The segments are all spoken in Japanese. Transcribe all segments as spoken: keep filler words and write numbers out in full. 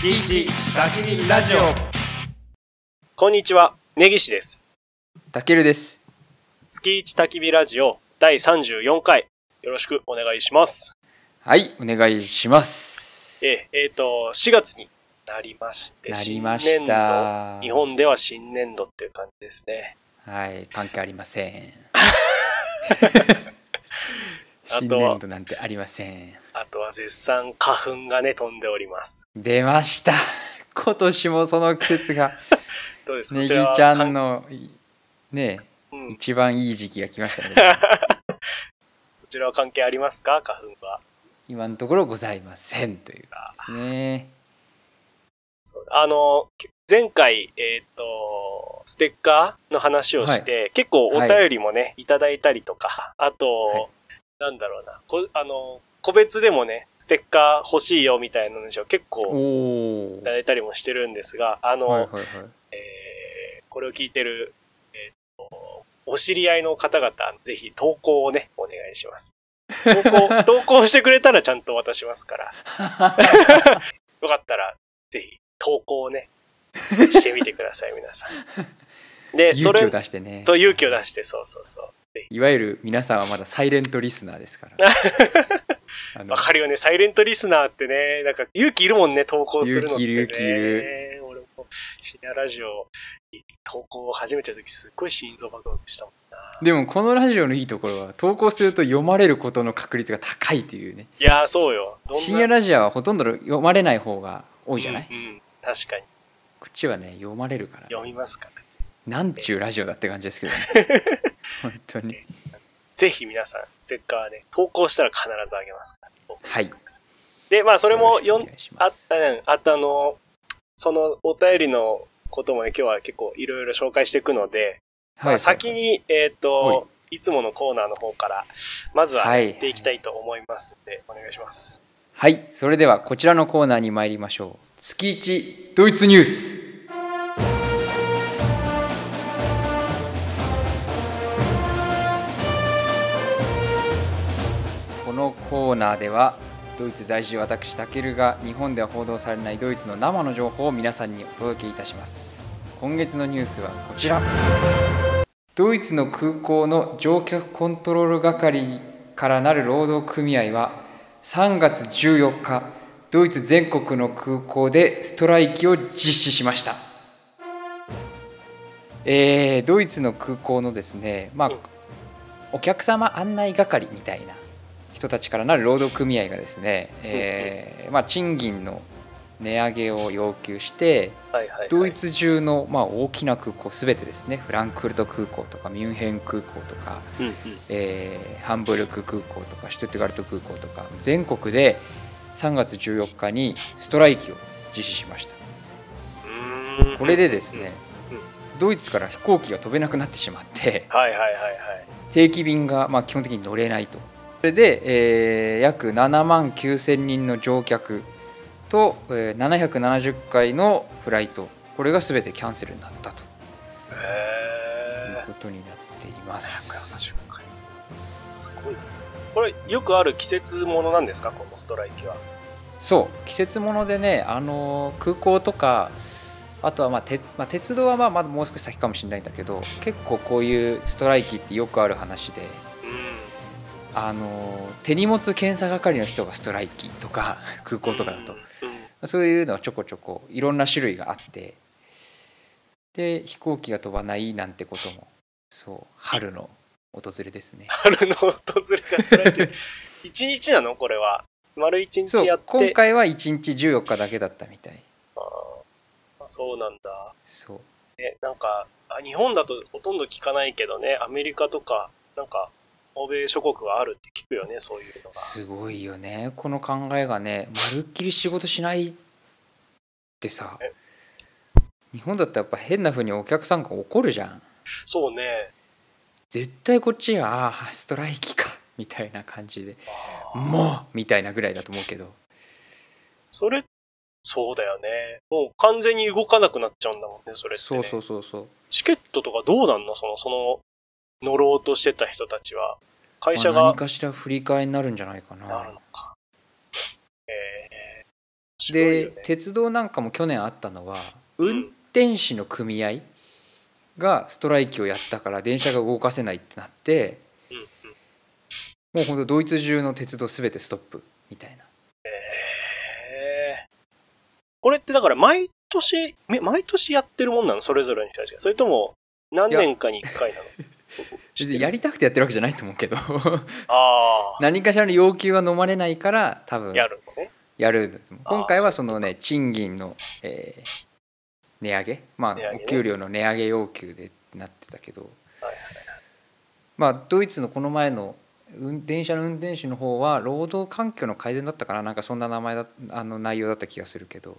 月一焚き火ラジオ。 こんにちは、根岸です。 たけるです。 月一焚き火ラジオだいさんじゅうよんかい、よろしくお願いします。 はい、お願いします。 ええー、としがつになりまして、 なりました。 新年度、日本では新年度っていう感じですね。 はい、関係ありません。 あと新年度なんてありません。 あとは絶賛花粉がね飛んでおります。 出ました。今年もその季節がどうですか、 ネギちゃんのね、 うん、 一番いい時期が来ましたね。 そちらは関係ありますか、花粉は。 今のところございませんというですね。 そうあの前回、えー、とステッカーの話をして、はい、結構お便りもね、はい、いただいたりとか、あと、はい、なんだろうな、こあの個別でもねステッカー欲しいよみたいな話を結構いただいたりもしてるんですが、あの、はいはいはい、えー、これを聞いてる、えー、とお知り合いの方々、ぜひ投稿をねお願いします。投稿投稿してくれたらちゃんと渡しますからよかったらぜひ投稿をねしてみてください皆さん。で、 勇気を出してね。 そう、勇気を出して、そうそうそう。 いわゆる皆さんはまだサイレントリスナーですからわかるよね、サイレントリスナーってね、なんか勇気いるもんね、投稿するのってね。 勇気いる。 俺も深夜ラジオ投稿を始めた時すっごい心臓バクバクしたもんな。 でもこのラジオのいいところは、投稿すると読まれることの確率が高いというね。 いやー、そうよ。 どんな深夜ラジオはほとんど読まれない方が多いじゃない。 うん、うん、確かに。 こっちはね読まれるから、ね、 読みますから、ね、 なんちゅうラジオだって感じですけどね本当に。 ぜひ皆さんステッカーね投稿したら必ずあげますから。 はい。 で、まあそれもよんあったね、あとあのそのお便りのこともね今日は結構いろいろ紹介していくので、はい、まあ、先にえっ、ー、といつものコーナーの方からまずはやっていきたいと思いますので、はい、お願いします。 はい、それではこちらのコーナーに参りましょう。月一ドイツニュース。このコーナーではドイツ在住私たけるが日本では報道されないドイツの生の情報を皆さんにお届けいたします。今月のニュースはこちら。ドイツの空港の乗客コントロール係からなる労働組合はさんがつじゅうよっかドイツ全国の空港でストライキを実施しました。えー、ドイツの空港のですね、まあ、お客様案内係みたいな人たちからなる労働組合がですね、えーまあ、賃金の値上げを要求して、はいはいはい、ドイツ中の、まあ、大きな空港すべてですね、フランクフルト空港とかミュンヘン空港とか、うんうん、えー、ハンブルク空港とかシュトゥットガルト空港とか全国でさんがつじゅうよっかにストライキを実施しました。これでですね、ドイツから飛行機が飛べなくなってしまって、はいはいはいはい、定期便がまあ基本的に乗れないと。それで、えー、約ななまんきゅうせんにんの乗客と、えー、ななひゃくななじゅっかいのフライト、これが全てキャンセルになったということになっています。 ななひゃくななじゅっかい、すごい。これよくある季節ものなんですか、このストライキは。 そう、季節ものでね、あのー、空港とかあとはまあて、まあ、鉄道はまあまだもう少し先かもしれないんだけど、結構こういうストライキってよくある話で、うん、あの手荷物検査係の人がストライキとか空港とかだと、うんうん、そういうのはちょこちょこいろんな種類があって、で飛行機が飛ばないなんてことも、そう春の訪れですね。 春の訪れがストライキいちにちなのこれは。丸いちにちやって。 そう、今回はいちにちじゅうよっかだけだったみたい。 そうなんだ。 そう、 ね、なんか日本だとほとんど聞かないけどね、アメリカとかなんか欧米諸国はあるって聞くよね、そういうのが。 すごいよね、この考えがね。まるっきり仕事しないってさ、日本だったらやっぱ変な風にお客さんが怒るじゃん。 そうね。 絶対こっちはああストライキかみたいな感じで、もうみたいなぐらいだと思うけど。 それそうだよね。もう完全に動かなくなっちゃうんだもんね、それって、ね。 そうそうそうそう。 チケットとかどうなんの、そのその乗ろうとしてた人たちは。会社が、 まあ、何かしら振り替えになるんじゃないかな。 なるのか。えー、 で鉄道なんかも去年あったのは運転士の組合がストライキをやったから電車が動かせないってなって、うんうん、もうほんとドイツ中の鉄道全てストップみたいな。 えー、これってだから毎年毎年やってるもんなの、それぞれの人たちが。それとも何年かにいっかいなの？ 別にやりたくてやってるわけじゃないと思うけどあ何かしらの要求が飲まれないから多分やるのね。 やる。今回はそのね賃金の、えー、値上げ、まあ、ね、お給料の値上げ要求でなってたけど、はいはい、まあドイツのこの前の電車の運転手の方は労働環境の改善だったかな、なんかそんな名前だあの内容だった気がするけど。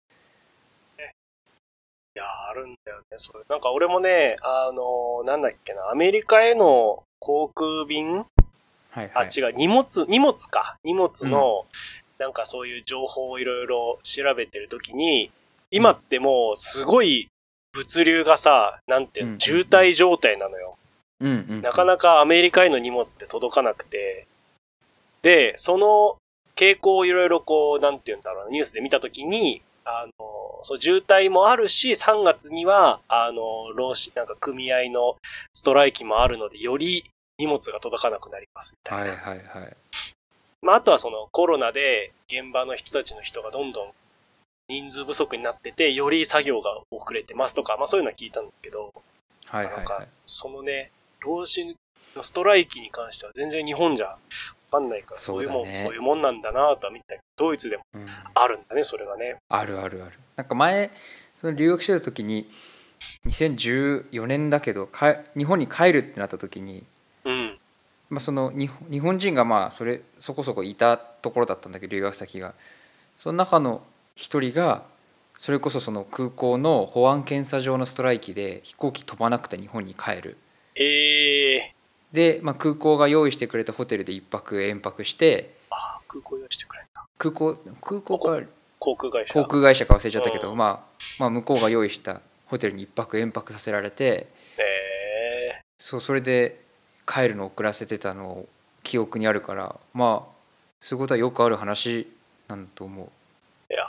いやあるんだよねそれ。なんか俺もね、あのなんだっけな、アメリカへの航空便、はいはい、あ違う荷物荷物か荷物の、うん、なんかそういう情報をいろいろ調べてるときに、今ってもうすごい物流がさ、なんていうの、うん、渋滞状態なのよ、うんうんうん、なかなかアメリカへの荷物って届かなくて、でその傾向をいろいろこうなんていうんだろうな、ニュースで見たときに、あのそう渋滞もあるし、さんがつにはあの労使なんか組合のストライキもあるので、より荷物が届かなくなりますみたいな。はいはいはい。まああとはそのコロナで現場の人たちの人がどんどん人数不足になってて、より作業が遅れてますとか、まあそういうのは聞いたんだけど、はいはいはい、なんかそのね労使のストライキに関しては全然日本じゃわかんないから、そういうもん、そういうもんなんだなとは見たけど、ドイツでもあるんだね、うん、それがね。 あるあるある。なんか前その留学してた時ににせんじゅうよねんだけどか日本に帰るってなった時に、うんまあ、その日本人がまあそれそこそこいたところだったんだけど、留学先がその中の一人がそれこそその空港の保安検査場のストライキで飛行機飛ばなくて日本に帰る。えー、で、まあ、空港が用意してくれたホテルで一泊延泊して、 あ空港用意してくれた空港空港か航空会社航空会社か忘れちゃったけど、まあ、まあ向こうが用意したホテルに一泊延泊させられて、えー、そうそれで帰るのを遅らせてたのを記憶にあるから、まあそういうことはよくある話なんだと思う。 いや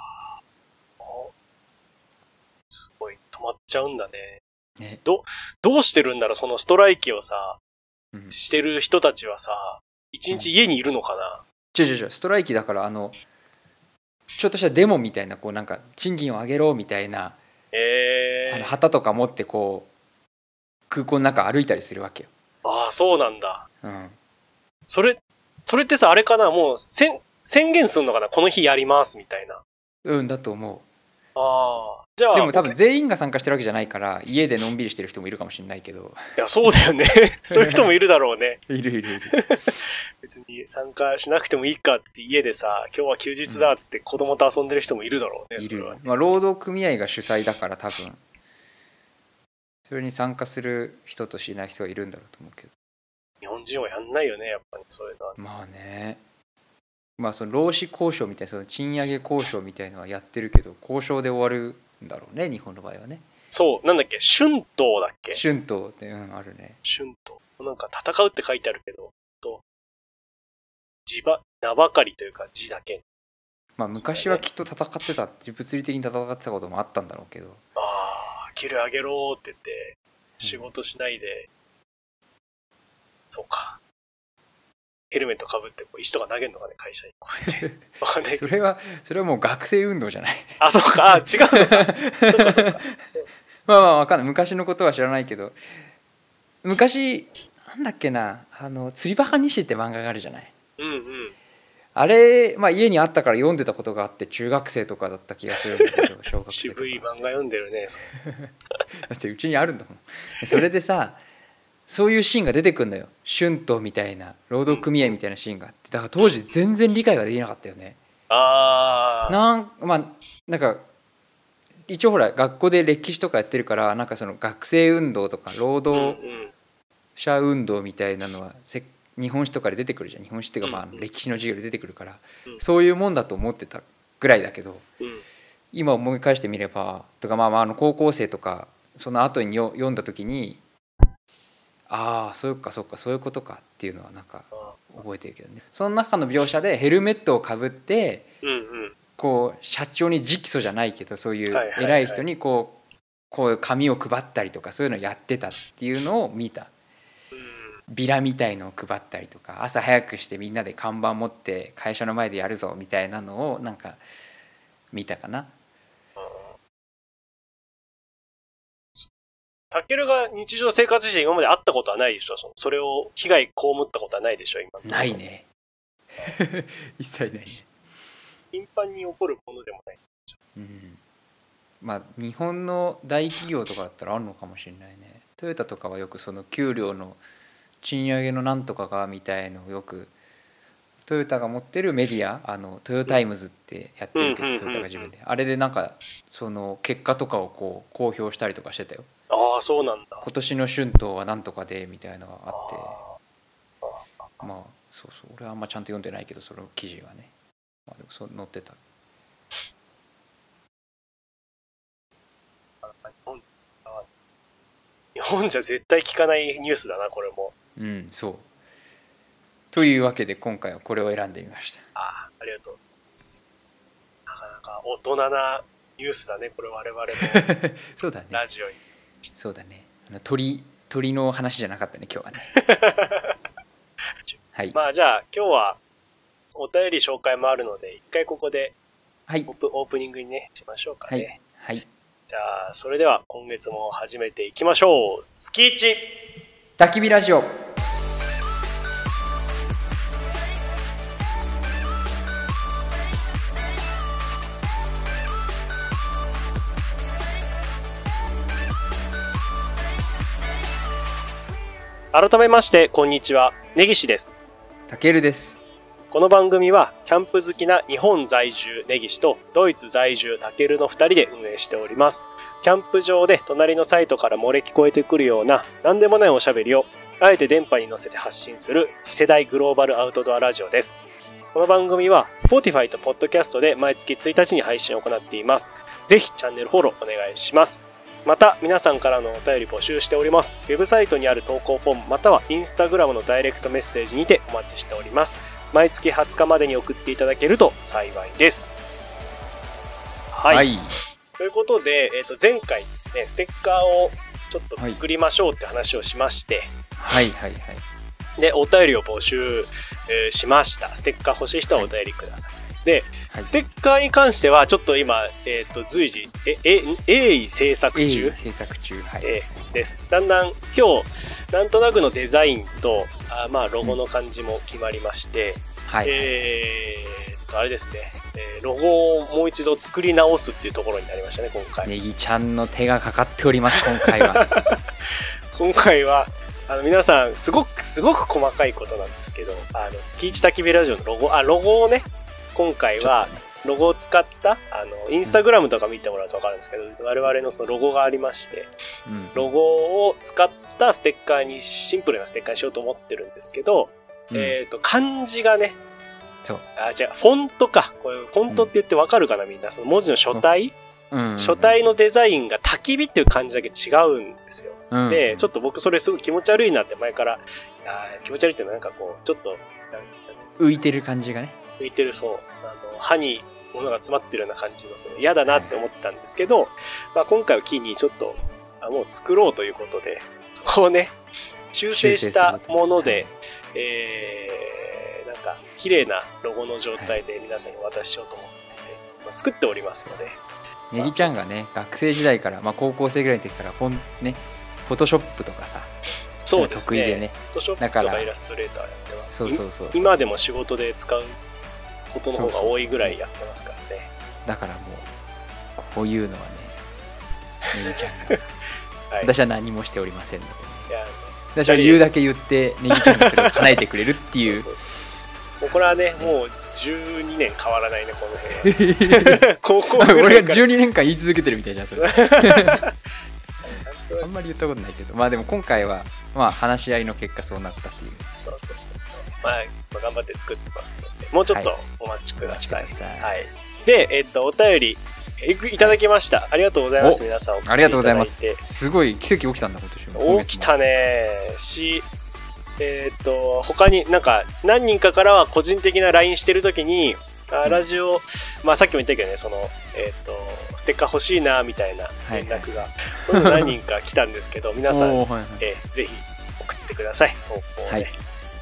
すごい止まっちゃうんだね。ね、どどうしてるんだろう、そのストライキをさ、うん、してる人たちはさ、一日家にいるのかな。 違う違う違う、ストライキだから、あのちょっとしたデモみたいな、こうなんか賃金を上げろみたいな、えー、あの旗とか持ってこう空港の中歩いたりするわけよ。 ああそうなんだ。うん。それそれってさ、あれかな、もう宣言するのかな、この日やりますみたいな。 うんだと思う。 ああじゃあでも多分全員が参加してるわけじゃないから、家でのんびりしてる人もいるかもしれないけど。 いやそうだよねそういう人もいるだろうねいるいるいる別に参加しなくてもいいかって家でさ、今日は休日だっつって子供と遊んでる人もいるだろうね、うん、それはね。 まあ、労働組合が主催だから多分それに参加する人としない人がいるんだろうと思うけど、 日本人はやんないよねやっぱりそういうのは。 まあね、まあその労使交渉みたいな、その賃上げ交渉みたいなのはやってるけど、交渉で終わるんだろうね日本の場合はね。 そうなんだっけ、春闘だっけ。 春闘って、うん、あるね。 春闘なんか戦うって書いてあるけど、と字ば名ばかりというか字だけ。 まあ昔はきっと戦ってた、物理的に戦ってたこともあったんだろうけど。 ああ給料上げろって言って仕事しないで、うん、そうか。ヘルメットかぶってこう石とか投げるのかね、会社にこうやってそれはそれはもう学生運動じゃない。 あそうか、あ違うのかそうかそうかまあまあ分かんない、昔のことは知らないけど、昔なんだっけな、あの釣りバカ日誌って漫画があるじゃない。うんうん。あれ、まあ、家にあったから読んでたことがあって、中学生とかだった気がするんだけど、小学生とか渋い漫画読んでるねだってうちにあるんだもん。それでさそういうシーンが出てくるのよ、春闘みたいな労働組合みたいなシーンがあって、だから当時全然理解ができなかったよね。あなんまあなんか一応ほら学校で歴史とかやってるから、なんかその学生運動とか労働者運動みたいなのはせ日本史とかで出てくるじゃん。日本史っていうかまあ歴史の授業で出てくるから、そういうもんだと思ってたぐらいだけど、今思い返してみればとか、まあまああの高校生とかその後によ読んだ時に、ああそうかそうかそういうことかっていうのはなんか覚えてるけどね。その中の描写でヘルメットをかぶって、うんうん、 こう社長に直訴じゃないけどそういう偉い人にこうこういう紙を配ったりとかそういうのをやってたっていうのを見た。ビラみたいのを配ったりとか朝早くしてみんなで看板持って会社の前でやるぞみたいなのをなんか見たかな。 タケルが日常生活して今まで会ったことはないでしょ。そのそれを被害被ったことはないでしょ今。 ないね一切ないね。 頻繁に起こるものでもない。 うん、まあ日本の大企業とかだったらあるのかもしれないね。トヨタとかはよくその給料の賃上げのなんとかがみたいのをよくトヨタが持ってるメディアあのトヨタイムズってやってるけどトヨタが自分であれでなんかその結果とかをこう公表したりとかしてたよ。 ああそうなんだ。 今年の春闘はなんとかでみたいなのがあってまあそうそう俺はあんまちゃんと読んでないけどその記事はね、まあ、でもそう載ってた。 日本じゃ絶対聞かないニュースだなこれも。 うんそうというわけで今回はこれを選んでみました。 ああありがとうございます。なかなか大人なニュースだねこれ我々もそうだねラジオに。 そうだねあの鳥鳥の話じゃなかったね今日はねはい、 まあじゃあ今日はお便り紹介もあるので一回ここでオープ、はい、オープニングにねしましょうかね。 はい、はい、 じゃあそれでは今月も始めていきましょう。月一焚き火ラジオ。 改めましてこんにちは、根岸です。 たけるです。 この番組はキャンプ好きな日本在住根岸とドイツ在住たけるのふたりで運営しております。キャンプ場で隣のサイトから漏れ聞こえてくるような何でもないおしゃべりをあえて電波に乗せて発信する次世代グローバルアウトドアラジオです。この番組は Spotify と Podcast で毎月ついたちに配信を行っています。ぜひチャンネルフォローお願いします。また皆さんからのお便り募集しております。ウェブサイトにある投稿フォームまたはインスタグラムのダイレクトメッセージにてお待ちしております。毎月はつかまでに送っていただけると幸いです。はい、はい、ということで、えー、と前回ですねステッカーをちょっと作りましょうって話をしまして、 はいはいはいはいでお便りを募集、えー、しました。ステッカー欲しい人はお便りください、はい、で、はい、ステッカーに関してはちょっと今、えー、と随時ええ鋭意制作中制作中、はいえー、です。だんだん今日なんとなくのデザインとあまあロゴの感じも決まりまして、うんはい、えー、とあれですね、えー、ロゴをもう一度作り直すっていうところになりましたね今回。 ネギちゃんの手がかかっております今回は今回はあの皆さんすごくすごく細かいことなんですけどあの月一焚き火ラジオのロゴあロゴをね今回はロゴを使ったあのインスタグラムとか見てもらうと分かるんですけど、うん、我々のそのロゴがありまして、うん、ロゴを使ったステッカーにシンプルなステッカーにしようと思ってるんですけど、うん、えっ、ー、と漢字がねそうあ違うフォントかこれフォントって言って分かるかな、うん、みんなその文字の書体、うん、書体のデザインが焚き火っていう漢字だけ違うんですよ、うん、でちょっと僕それすごい気持ち悪いなって前からあ気持ち悪いってなんかこうちょっと浮いてる感じがね浮いてるそうあの歯に物が詰まってるような感じのその嫌だなって思ったんですけど、はいまあ、今回を機にちょっとあもう作ろうということでそこをね修正したもので、はいえー、なんか綺麗なロゴの状態で皆さんにお渡ししようと思ってて、まあ、作っておりますのでネギちゃんがね学生時代から、まあ、高校生ぐらいの時からフォンねフォトショップとかさそうですね得意でねフォトショップとかイラストレーターやってます。 そうそうそう今でも仕事で使うことの方が多いぐらいやってますからね。そうそうそうだからもうこういうのはねネギちゃんが、はい、私は何もしておりませんので、ね、いや私は言うだけ言ってネギちゃんがそれを叶えてくれるっていうそうそうそうもうこれはねもうじゅうにねん変わらないねこの辺は高校ぐらいから俺がじゅうにねんかん言い続けてるみたいじゃんそれあんまり言ったことないけどまあでも今回はまあ話し合いの結果そうなったっていうそうそうそうそう、まあ、まあ頑張って作ってますのでもうちょっとお待ちください、はい、はい、でえっとお便りいただきました、はい、ありがとうございます皆さんありがとうございますすごい奇跡起きたんだ今年も起きたねしえっと他になんか何人かからは個人的な ライン してるときにあラジオ、まあさっきも言ったけどね、その、えっ、ー、と、ステッカー欲しいな、みたいな連絡が、はいはい、何人か来たんですけど、皆さん、はいはい、えー、ぜひ送ってください、投稿をね。はい、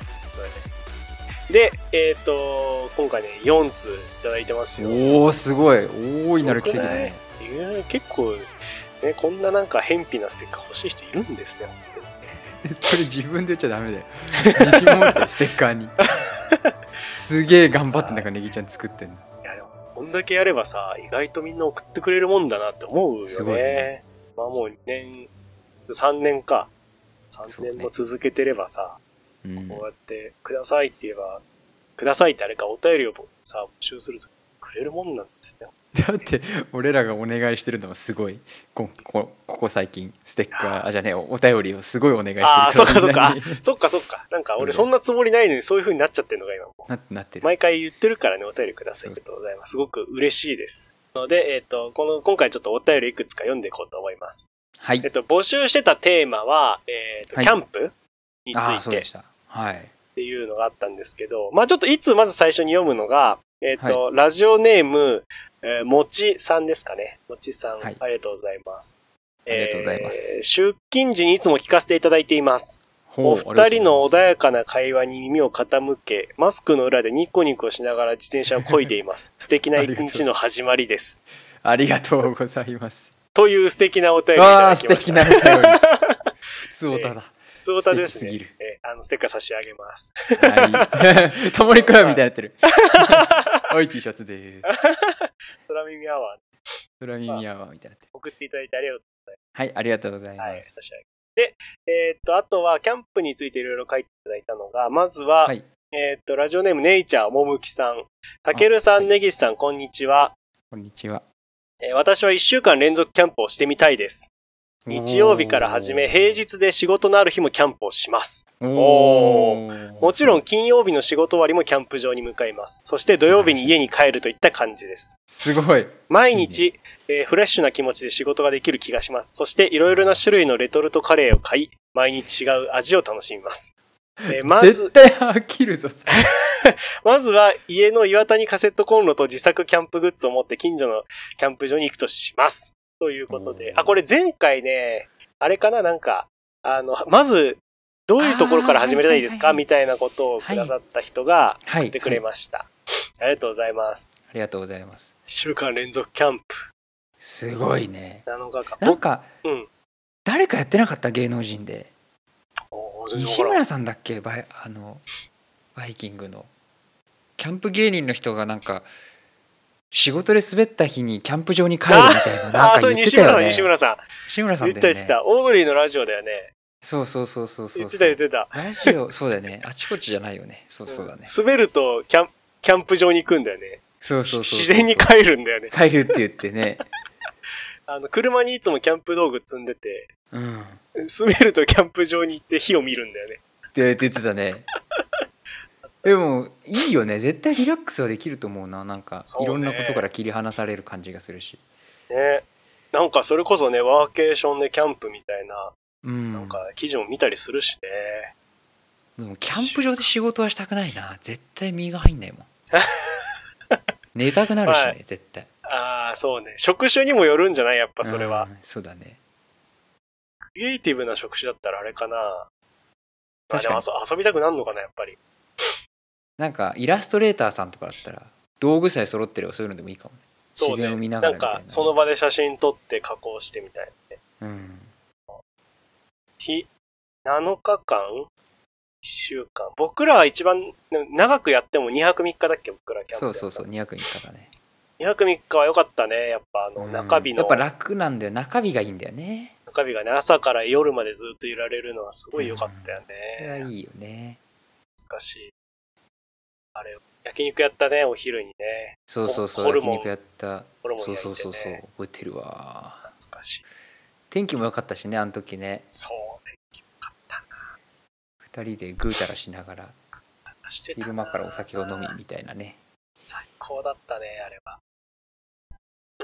で、えっ、ー、と、今回ね、よんつういただいてますよ。 おー、すごい。大いなる奇跡だね。 いや結構、ね、こんななんか偏僻なステッカー欲しい人いるんですね、本当に。 それ自分で言っちゃダメだよ。自信持ってステッカーに。すげえ頑張ってんだからネギちゃん作ってんの。 いやでもこんだけやればさ、意外とみんな送ってくれるもんだなって思うよね。すごいね。まあもうにねん、さんねんか。さんねんも続けてればさ、ね、こうやってくださいって言えば、くださいってあれか、お便りをさ、募集するとくれるもんなんですね。 だって俺らがお願いしてるのはすごいここここ最近ステッカーあじゃねえお便りをすごいお願いしてるから。 あそっかそっかそっかそっかなんか俺そんなつもりないのにそういう風になっちゃってるのが今もななってる。 毎回言ってるからね、お便りください。ありがとうございます。すごく嬉しいですので、えっとこの今回ちょっとお便りいくつか読んでいこうと思います。はい。えっと募集してたテーマは、えっとキャンプについて、はい、あそうでした。はい。っていうのがあったんですけど、まあちょっといつまず最初に読むのがえっと、はい、ラジオネーム、えー、もちさんですかね。もちさん、はい、ありがとうございます。 ありがとうございます。 えー、出勤時にいつも聞かせていただいています。お二人の穏やかな会話に耳を傾け、マスクの裏でニコニコしながら自転車を漕いでいます。素敵な一日の始まりです。 ありがとうございます。 という素敵なお便りいただきました。 わー、素敵なお便り。普通おただ。 普通おたですね。えー、あのステッカー差し上げます。 はい。タモリクラブみたいになってる。はい、T シャツでーす。 空耳アワー。 空耳アワーみたいなってる。 送っていただいてありがとうございます。 はい、ありがとうございます。はい、差し上げで、えー、っと、あとは、キャンプについていろいろ書いていただいたのが、まずは、はい、えー、っと、ラジオネームネイチャーもむきさん。たけるさん、ねぎしさん、こんにちは。 こんにちは。 えー、私はいっしゅうかん連続キャンプをしてみたいです。日曜日から始め、平日で仕事のある日もキャンプをします。おー。もちろん金曜日の仕事終わりもキャンプ場に向かいます。そして土曜日に家に帰るといった感じです。 すごい。 毎日、いいねえー、フレッシュな気持ちで仕事ができる気がします。そしていろいろな種類のレトルトカレーを買い、毎日違う味を楽しみます。 えー、まず絶対飽きるぞ。 まずは家の岩谷カセットコンロと自作キャンプグッズを持って近所のキャンプ場に行くとします。ということで、あ、これ前回ね、あれかな、なんか、あの、まず、どういうところから始めればいいですかみたいなことをくださった人が言ってくれました、はいはい。ありがとうございます。 ありがとうございます。いっしゅうかん連続キャンプ。 すごいね。 なのかか。 なんか、うん、誰かやってなかった芸能人で。西村さんだっけバイ、あの、バイキングの。キャンプ芸人の人がなんか、仕事で滑った日にキャンプ場に帰るみたいな、なんか言ってたよね。 西村さん、 西村さん。 言ってた言ってた。オードリーのラジオだよね。 そうそうそうそうそう。 言ってた言ってた。 ラジオ、そうだよね。あちこちじゃないよね。そうそうだね。 滑るとキャン、キャンプ場に行くんだよね。 そうそうそう。 自然に帰るんだよね。 帰るって言ってね。 あの、車にいつもキャンプ道具積んでて、 うん。 滑るとキャンプ場に行って火を見るんだよね。 って言ってたね。でもいいよね、絶対リラックスはできると思うな。なんかいろんなことから切り離される感じがするしね。なんかそれこそね、ワーケーションでキャンプみたいな、うん、なんか記事も見たりするしね。 でもキャンプ場で仕事はしたくないな。絶対身が入んないもん。寝たくなるしね、はい、絶対。 ああ、そうね。職種にもよるんじゃないやっぱそれは。 そうだね。 クリエイティブな職種だったらあれかな。確かに。あ、遊びたくなるのかなやっぱり。 なんかイラストレーターさんとかだったら道具さえ揃ってればそういうのでもいいかもね。 そうね、自然を見ながらみたいな。なんかその場で写真撮って加工してみたいなね。うん。日なのかかんいっしゅうかん。僕らは一番長くやってもにはくみっかだっけ僕らキャンプ。 そうそうそう、にはくみっかだね。 にはくみっかは良かったね。やっぱあの中日の、 やっぱ楽なんだよ。中日がいいんだよね。 中日がね、朝から夜までずっといられるのはすごい良かったよね。 それはいいよね。 懐かしい。あれ焼肉やったね、お昼にね。 そうそうそう、焼肉やった。ホルモン焼いてね。そうそうそうそう、覚えてるわ。 懐かしい。 天気も良かったしね、あの時ね。 そう、天気良かったな。 二人でぐうたらしながら昼間からお酒を飲みみたいなね。 最高だったね、あれは。 うん。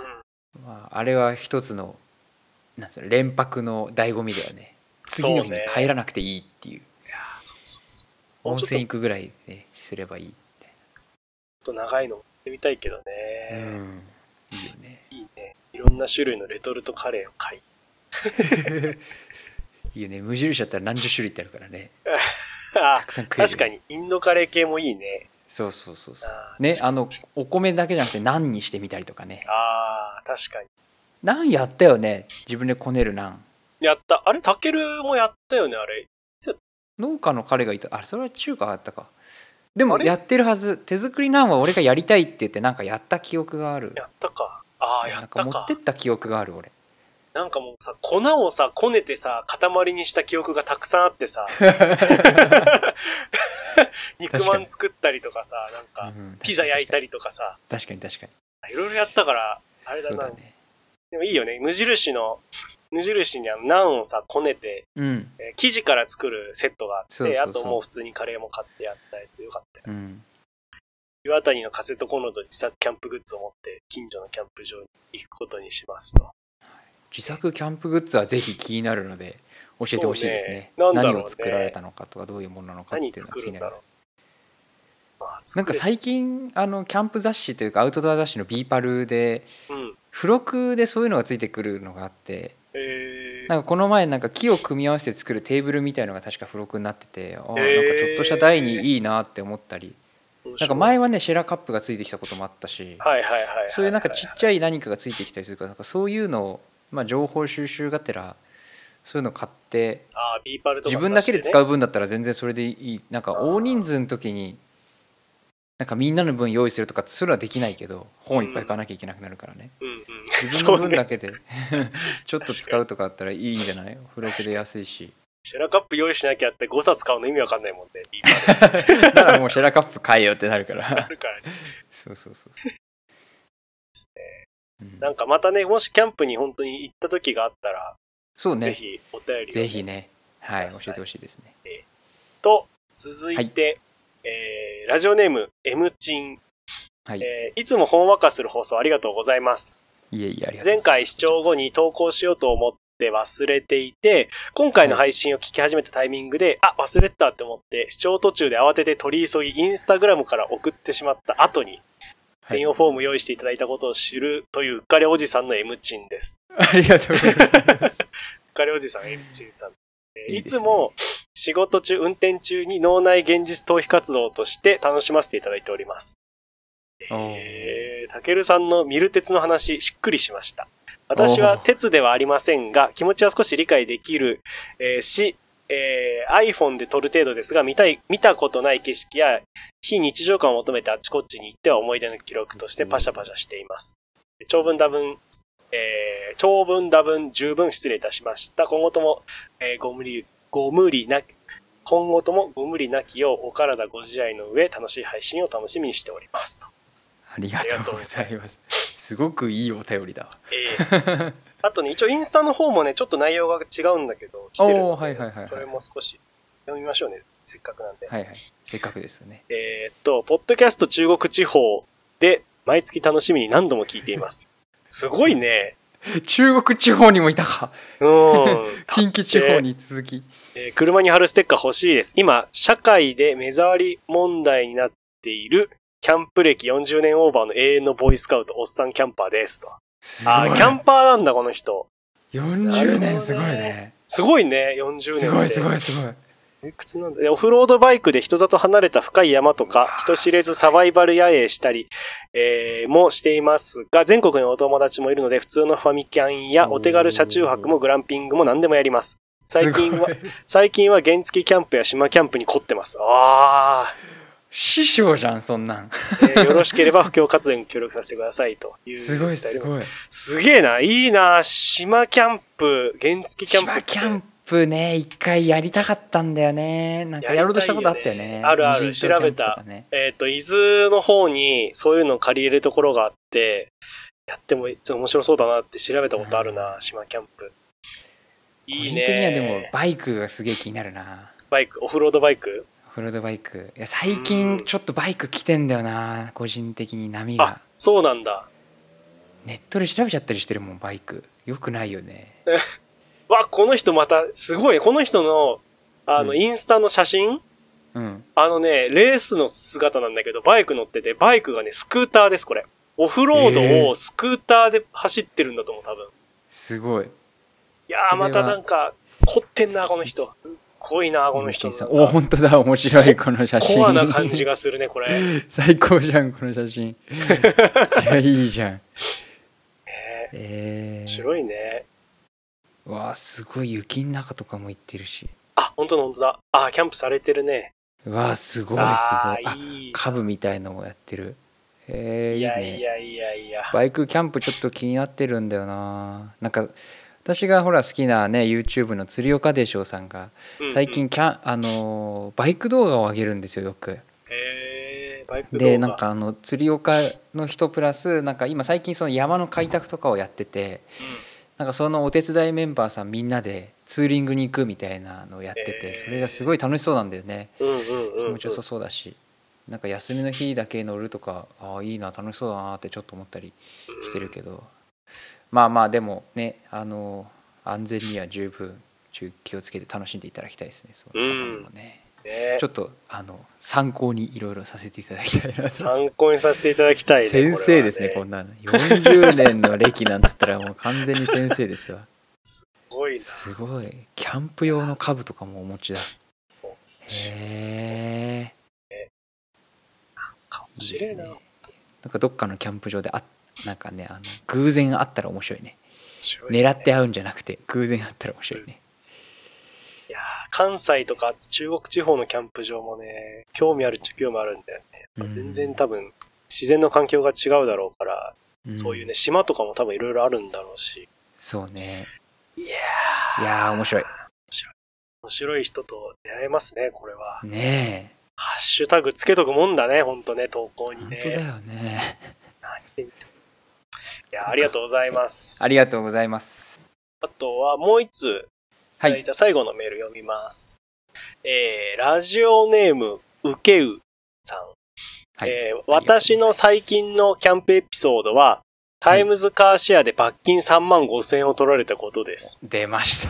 まああれは一つのなんつうの連泊の醍醐味だよね。次の日に帰らなくていいっていう。いやそうそうそう。温泉行くぐらいねすればいいみたいな。 と長いのてみたいけどね。 うん。いいよね。 いいね。いろんな種類のレトルトカレーを買い。 いいよね。無印だったら何十種類ってあるからね。 あたくさん食える。 確かに、インドカレー系もいいね。 そうそうそうそう。 あね、あの、お米だけじゃなくてナンにしてみたりとかね。 ああ、確かに。 ナンやったよね。自分でこねるナン。 やった。あれ、タケルもやったよね、あれ。 農家の彼がいた。あれ、それは中華だったか。でもやってるはず。手作りナンは俺がやりたいって言ってなんかやった記憶がある。 やったか。ああ、やったか。 なんか持ってった記憶がある俺。 なんかもうさ、粉をさ、こねてさ、塊にした記憶がたくさんあってさ。肉まん作ったりとかさ、なんか、ピザ焼いたりとかさ。 確かに確かに。 いろいろやったから、あれだな。だね、でもいいよね。無印の、無印にはナンをさ、こねて、 うんえー生地から作るセットがあって、 そうそうそうあともう普通にカレーも買ってやったやつよかったよ。 うん。 岩谷のカセットコンロと自作キャンプグッズを持って近所のキャンプ場に行くことにしますと。 自作キャンプグッズはぜひ気になるので教えてほしいですね。 ねなんだろうね、 何を作られたのかとかどういうものなのかっていうのが気になる。 何作るんだろう。まあ、 なんか最近あのキャンプ雑誌というかアウトドア雑誌のビーパルで、うん、付録でそういうのがついてくるのがあって、えー、なんかこの前なんか木を組み合わせて作るテーブルみたいのが確か付録になってて、あ、えー、なんかちょっとした台にいいなって思ったり、なんか前はねシェラカップがついてきたこともあったし、そういうなんかちっちゃい何かがついてきたりするから、なんかそういうのを、まあ、情報収集がてらそういうの買って、 あ、ビーパルとか、ね、 自分だけで使う分だったら全然それでいい。なんか大人数の時になんかみんなの分用意するとかそういうのはできないけど、本いっぱい買わなきゃいけなくなるからね、うんうんうん、自分の分だけでちょっと使うとかあったらいいんじゃない？付録で安いし。 シェラカップ用意しなきゃってごさつ買うの意味わかんないもんね。 だからもうシェラカップ買えよってなるからなるから、ね、そうそうそうですね、うん、なんかまたね、もしキャンプに本当に行った時があったら、そうね、ぜひお便りを、ね、 ぜひね、はい、教えてほしいですね。 えー、と続いて、はい、えー、ラジオネーム M チン、はいえー、いつもほんわかする放送ありがとうございます。 いえいえ、ありがとうございます。 前回視聴後に投稿しようと思って忘れていて、今回の配信を聞き始めたタイミングで、はい、あ、忘れてたって思って視聴途中で慌てて取り急ぎインスタグラムから送ってしまった後に、専用フォーム用意していただいたことを知るといううっかりおじさんの M チンです。 ありがとうございます。 うっかりおじさん M チンさん。い, いつも仕事中、運転中に脳内現実逃避活動として楽しませていただいております。えー、たけるさんのミル鉄の話、しっくりしました。私は鉄ではありませんが、気持ちは少し理解できる、えー、し、えー、iPhone で撮る程度ですが、見たい、見たことない景色や非日常感を求めてあっちこっちに行っては思い出の記録としてパシャパシャしています。長文多文、えー、長文多文十分失礼いたしました。今後とも、えー、ご無理、ご無理な、今後ともご無理なきようお体ご自愛の上、楽しい配信を楽しみにしておりますと。 ありがとうございます。すごくいいお便りだ。 えー、あとね、一応インスタの方もね、ちょっと内容が違うんだけど、来てるので、はいはいはいはい、それも少し読みましょうね。せっかくなんで。 はいはい。せっかくですよね。 えー、っと、ポッドキャスト中国地方で毎月楽しみに何度も聞いています。すごいね。 中国地方にもいたか。うん。近畿地方に続き、 えー。車に貼るステッカー欲しいです。今、社会で目障り問題になっているキャンプ歴よんじゅうねんオーバーの永遠のボーイスカウト、おっさんキャンパーですと。あ、キャンパーなんだ、この人。 よんじゅうねんすごいね。 すごいね、よんじゅうねん。 すごいすごいすごい。 いくつなんだ。オフロードバイクで人里離れた深い山とか、人知れずサバイバル野営したり、えー、もしていますが、全国にお友達もいるので、普通のファミキャンやお手軽車中泊もグランピングも何でもやります。最近は、最近は原付キャンプや島キャンプに凝ってます。あー。 師匠じゃん、そんなん。 えー、よろしければ布教活動に協力させてくださいという。 すごいすごい。 すげえな、いいな、島キャンプ、原付キャンプ。 島キャンプね、一回やりたかったんだよね。なんかやろうとしたことあったよね。 あるある、調べた。えっと、伊豆の方にそういうのを借りれるところがあって、やってもちょっと面白そうだなって調べたことあるな、うん、島キャンプ。いいね。個人的にはでもバイクがすげえ気になるな。 バイク、オフロードバイク？ オフロードバイク。いや最近ちょっとバイク来てんだよな、個人的に波が。 あ、そうなんだ。 ネットで調べちゃったりしてるもん、バイク。よくないよね。 わ、この人またすごい。この人のあの、うん、インスタの写真、 うん、 あのね、レースの姿なんだけど、バイク乗ってて、バイクがね、スクーターです、これ。オフロードをスクーターで走ってるんだと思う、多分。 すごい。 いやー、またなんか、凝ってんな、この人。濃いな、この人。 お、本当だ、面白い、この写真。 コアな感じがするね、これ。 最高じゃん、この写真。いや、いいじゃん。 えー、 えー、 面白いね。 わあ、すごい、雪の中とかも行ってるし。 あ、本当だ、本当だ。あ、キャンプされてるね。 わあ、すごい、すごい。あ、 いいカブみたいのもやってる。えー、いいね。 いやいやいやいや。 バイクキャンプちょっと気になってるんだよな。なんか私がほら好きなね YouTube の釣岡でしょうさんが最近キャン、うんうん、あのバイク動画を上げるんですよ、よく。 へー、バイク動画でなんかあの釣岡の人プラスなんか今最近その山の開拓とかをやってて、うん、なんかそのお手伝いメンバーさんみんなでツーリングに行くみたいなのをやってて、それがすごい楽しそうなんだよね。気持ちよさそうだし、なんか休みの日だけ乗るとか、ああいいな、楽しそうだなってちょっと思ったりしてるけど、まあまあでもね、あの安全には十分気をつけて楽しんでいただきたいですね。その方にもね、うんね、ちょっとあの参考にいろいろさせていただきたいなと。 参考にさせていただきたいね。 先生ですね、こんなのよんじゅうねんの歴なんつったらもう完全に先生ですわ。 すごいな。 すごい。キャンプ用の株とかもお持ちだ。へえ。 かもしれんな。なんかどっかのキャンプ場であなんかね、あの偶然あったら面白いね。ね、狙って会うんじゃなくて偶然会ったら面白いね。 いや関西とか中国地方のキャンプ場もね、興味あるっちゃ興味あるんだよね。うん、全然多分自然の環境が違うだろうから、うん、そういうね島とかも多分いろいろあるんだろうし。 そうね。 いやーいやー面白い。面白い。面白い人と出会えますね、これは。 ねえ。 ハッシュタグつけとくもんだね、ほんとね、投稿にね。 本当だよね。 いや、ありがとうございます。 ありがとうございます。 あとはもう一つ、 はい、 じゃあ最後のメール読みます。えー、ラジオネームうけうさん。はい、えー、私の最近のキャンプエピソードは、タイムズカーシェアで罰金さんまんごせんえんを取られたことです。 出ました。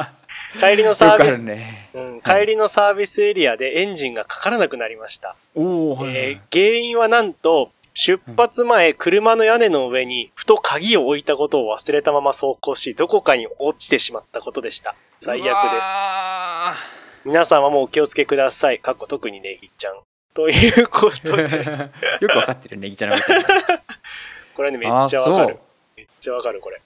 帰りのサービス、 ね、 うん、帰りのサービスエリアでエンジンがかからなくなりました。 おー、はいはい、 えー、原因はなんと、出発前、車の屋根の上にふと鍵を置いたことを忘れたまま走行し、どこかに落ちてしまったことでした。最悪です。皆様もお気をつけください。かっこ特にネギちゃん。ということで。 よくわかってるネギちゃんのこと。 これね、めっちゃわかる。めっちゃわかる、これ。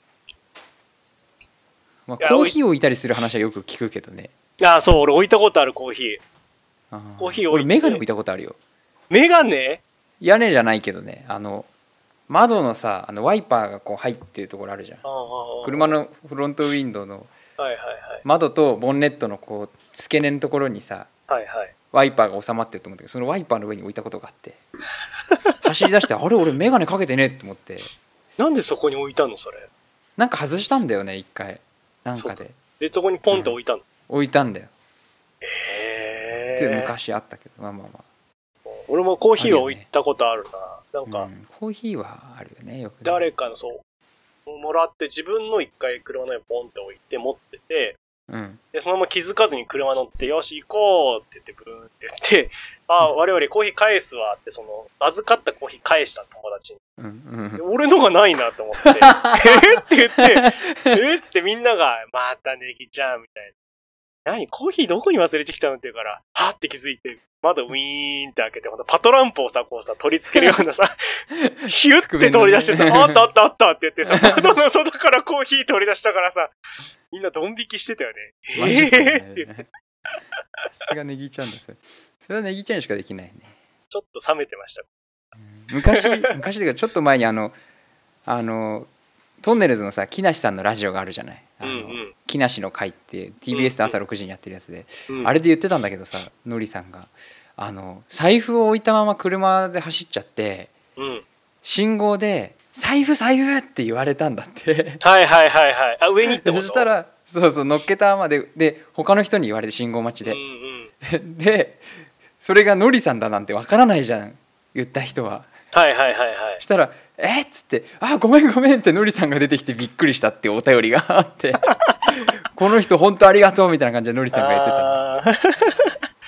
まあ、コーヒーを置いたりする話はよく聞くけどね。 ああ、そう、俺置いたことある、コーヒー。 コーヒー置いて。俺メガネ置いたことあるよ。 メガネ？ 屋根じゃないけどね、あの窓のさ、あのワイパーがこう入ってるところあるじゃん。車のフロントウィンドウの窓とボンネットのこう付け根のところにさ、 はいはい、 ワイパーが収まってると思うんだけど、そのワイパーの上に置いたことがあって走り出してあれ俺メガネかけてねって思って。 なんでそこに置いたのそれ？ なんか外したんだよね一回なんかで。 でそこにポンと置いたの、 うん、置いたんだよ。 へえ。で昔あったけど、まあまあまあ。 俺もコーヒーは置いたことあるな。なんか、うん、 コーヒーはあるよね、よくね。 誰かのそうもらって自分の一回車の上にポンって置いて持ってて、 うん、 でそのまま気づかずに車乗ってよし行こうって言ってブーンって言って、ああ、うん、我々コーヒー返すわってその預かったコーヒー返した友達に、 うんうん、 俺のがないなと思ってえって言ってえっつってみんながまたネギちゃんみたいな。何コーヒーどこに忘れてきたのって言うから、はって気づいて、窓ウィーンって開けて、ほんとパトランプをさ、こうさ、取り付けるようなさ、ヒュッて取り出してさ、あったあったあったって言ってさ、窓の外からコーヒー取り出したからさ、みんなドン引きしてたよね。 マジかね、えーって言って。さすがネギちゃんです。それはネギちゃんにしかできないね。 ちょっと冷めてました。 昔、昔というかちょっと前にあの、あの、トンネルズのさ木梨さんのラジオがあるじゃない。あの、うんうん、木梨の会って ティービーエス で朝ろくじにやってるやつで、うんうん、あれで言ってたんだけどさ、のりさんがあの財布を置いたまま車で走っちゃって、 うん、 信号で財布財布って言われたんだってはいはいはいはい。あ、上にってこと？ そしたらそうそう乗っけたままでで他の人に言われて信号待ちで、 うんうん、 でそれがのりさんだなんてわからないじゃん言った人は。 はいはいはいはい。 したらえっつってあごめんごめんってのりさんが出てきてびっくりしたっていうお便りがあってこの人本当ありがとうみたいな感じでのりさんが言ってた。 い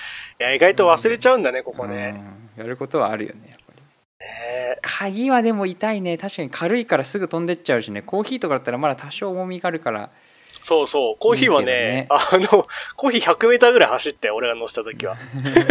や意外と忘れちゃうんだね、ここね。 うん、やることはあるよねやっぱり。 ね、 鍵はでも痛いね。確かに軽いからすぐ飛んでっちゃうしね。コーヒーとかだったらまだ多少重みがあるから。 そうそう、コーヒーはね、ね、あのコーヒーひゃくメーターぐらい走って俺が乗せた時は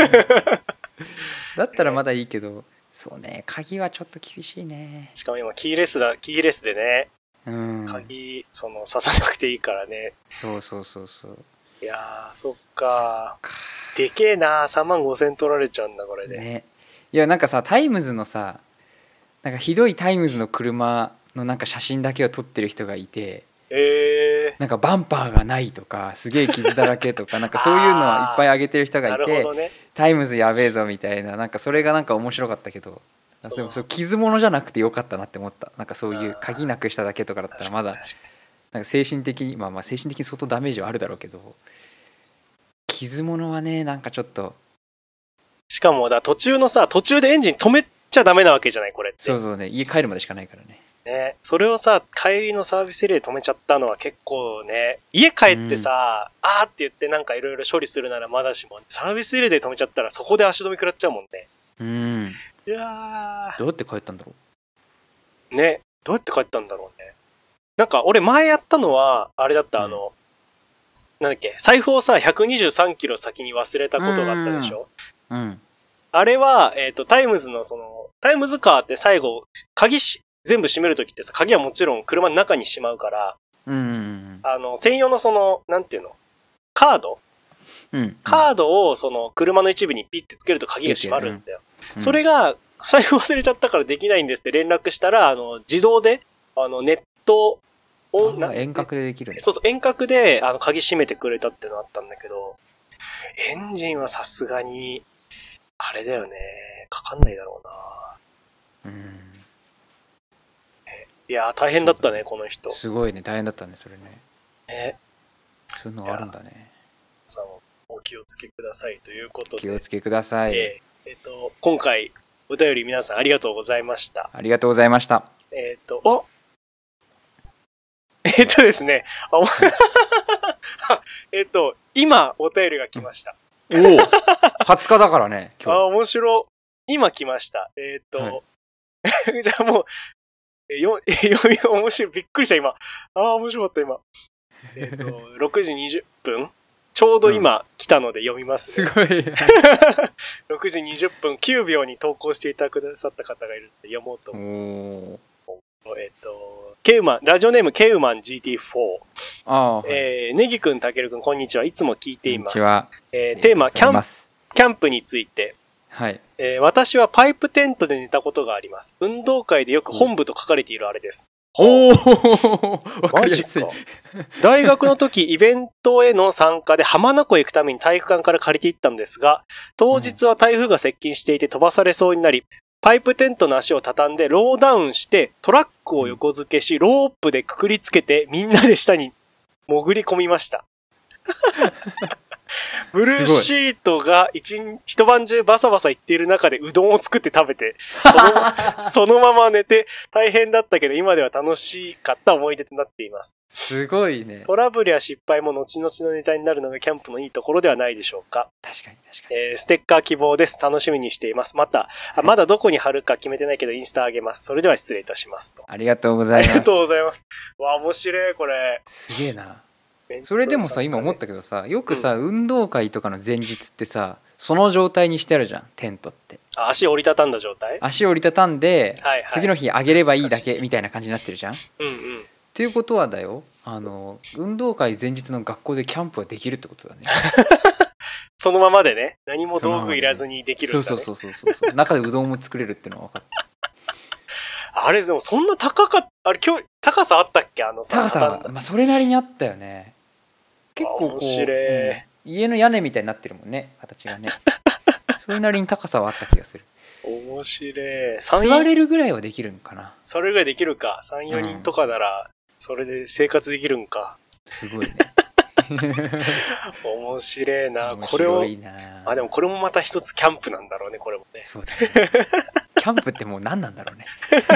だったらまだいいけど、ね、そうね、鍵はちょっと厳しいね。 しかも今キーレスだ、キーレスでね、 うん、 鍵その刺さなくていいからね。 そうそうそうそう。 いやー、そっかー、でけえなー、さんまんごせん取られちゃうんだこれで、ね。 いやなんかさ、タイムズのさ、なんかひどいタイムズの車のなんか写真だけを撮ってる人がいて、えー、なんかバンパーがないとかすげえ傷だらけとかなんかそういうのはいっぱい上げてる人がいて、ね、タイムズやべえぞみたいな、なんかそれがなんか面白かったけど、でもそう傷物じゃなくてよかったなって思った。なんかそういう鍵なくしただけとかだったらまだなんか精神的にまあまあ精神的に相当ダメージはあるだろうけど、傷物はねなんかちょっと。 しかもだ途中のさ、途中でエンジン止めちゃダメなわけじゃないこれって。 そうそうね、家帰るまでしかないからね。 ね、それをさ、帰りのサービスエリアで止めちゃったのは結構ね、家帰ってさ、うん、あーって言ってなんかいろいろ処理するならまだしも、サービスエリアで止めちゃったらそこで足止め食らっちゃうもんね。 うん。 いやー。 どうやって帰ったんだろうね、どうやって帰ったんだろうね。なんか俺前やったのは、あれだった、うん、あの、なんだっけ、財布をさ、ひゃくにじゅうさんキロ先に忘れたことがあったでしょ。 うん。うん、 あれは、えっと、タイムズのその、タイムズカーって最後、鍵し、全部閉めるときってさ、鍵はもちろん車の中にしまうから、 うんうんうん、 あの、専用のその、なんていうの、カード、 うんうん、 カードをその車の一部にピッてつけると鍵が閉まるんだよ。うん、それが、財布忘れちゃったからできないんですって連絡したら、あの、自動で、あの、ネット、 遠隔でできるんだ。 そうそう、遠隔で、あの、鍵閉めてくれたってのあったんだけど、エンジンはさすがに、あれだよね、かかんないだろうな。うん。いやー大変だったねこの人。 すごいね、大変だったねそれね。 え、 そういうのがあるんだね。 さんお気をつけくださいということで。 気をつけください。 えー、えー、と今回お便り皆さんありがとうございました。 ありがとうございました。 えっ、ー、とおえっ、ー、とですね。えっと今お便りが来ました。 おお。はつかだからね。 今日。あ面白。今来ました。えっ、ー、と、はい、じゃあもう。よ、読み、面白い。びっくりした、今。ああ、面白かった、今。えっ、ー、と、ろくじにじゅっぷんちょうど今来たので読みますね。 すごい。 ろくじにじゅっぷんきゅうびょうに投稿していたださった方がいるので読もうと思います。えっ、ー、と、ケウマン、ラジオネームケウマン ジーティーフォー。 あー、 えー、ネギくん、たけるくん、こんにちは。いつも聞いています。 こんにちは。 えー、テーマ、キャンプ、キャンプについて。 はい、 えー、私はパイプテントで寝たことがあります。運動会でよく本部と書かれているあれです。 おお、マジか。 大学の時イベントへの参加で浜名湖へ行くために体育館から借りて行ったんですが、当日は台風が接近していて飛ばされそうになり、パイプテントの足を畳んでローダウンしてトラックを横付けし、ロープでくくりつけてみんなで下に潜り込みました。ブルーシートが 一, 一晩中バサバサいっている中でうどんを作って食べてそ の, そのまま寝て大変だったけど今では楽しかった思い出となっています。 すごいね。 トラブルや失敗も後々のネタになるのがキャンプのいいところではないでしょうか。 確かに確かに、 えー、ステッカー希望です。楽しみにしています。またあまだどこに貼るか決めてないけどインスタあげます。それでは失礼いたしますと。 ありがとうございます。 ありがとうございます。わ面白いこれ。 すげえな。それでもさ今思ったけどさ、よくさ、うん、運動会とかの前日ってさその状態にしてあるじゃんテントって。 足折りたたんだ状態。 足折りたたんで、 はいはい、 次の日上げればいいだけみたいな感じになってるじゃん。 うんうん。 っていうことはだよ、あの運動会前日の学校でキャンプができるってことだね。 そのままでね、何も道具いらずにできるんだね。 そうそうそうそうそう。中でうどんも作れるっていうのは分かった。 あれでもそんな高かったあれ今日高さあったっけあのさ。 高さはまあそれなりにあったよね。結構こう、 面白い、うん、 家の屋根みたいになってるもんね形がね。それなりに高さはあった気がする。 面白い。 座れるぐらいはできるんかな。 それぐらいできるか。さん、よにんとかならそれで生活できるんか。 すごいね。 面白いな。 面白いな。 これをあでもこれもまた一つキャンプなんだろうねこれもね。 そうだね。キャンプってもう何なんだろうね。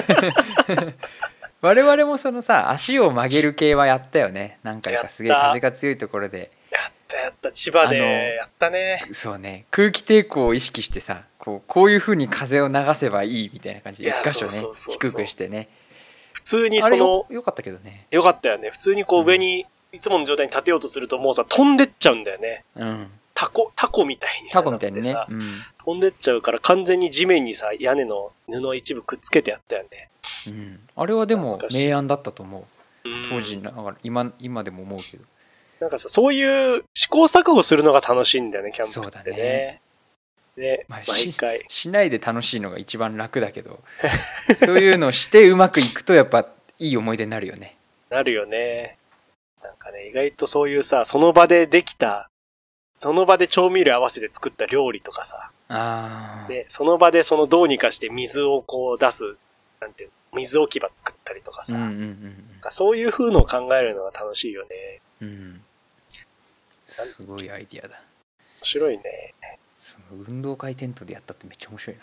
我々もそのさ足を曲げる系はやったよね。何回かすげえ風が強いところでやったややった千葉でやったね。 そうね、空気抵抗を意識してさ、こうこういう風に風を流せばいいみたいな感じで一箇所ね低くしてね。 普通にそのあれ よ, よかったけどね。 よかったよね。普通にこう上に、うん、いつもの状態に立てようとするともうさ飛んでっちゃうんだよね。 うん。 タコタコみたいにさ、 タコみたいにね、うん、 飛んでっちゃうから完全に地面にさ屋根の布一部くっつけてやったよね。 うん。あれはでも明暗だったと思う。当時ながら今今でも思うけど。 なんかさ、そういう試行錯誤するのが楽しいんだよね、キャンプってね。 そうだね。 で、まあ、毎回し, しないで楽しいのが一番楽だけどそういうのをしてうまくいくとやっぱいい思い出になるよね。 なるよね。なんかね、意外とそういうさ、その場でできた、その場で調味料合わせて作った料理とかさ、 あでその場でそのどうにかして水をこう出す、なんていうの、水置き場作ったりとかさ、うんうんうんうん、なんかそういう風のを考えるのが楽しいよね。 うん、すごいアイディアだ。 面白いね。 その運動会テントでやったってめっちゃ面白いな。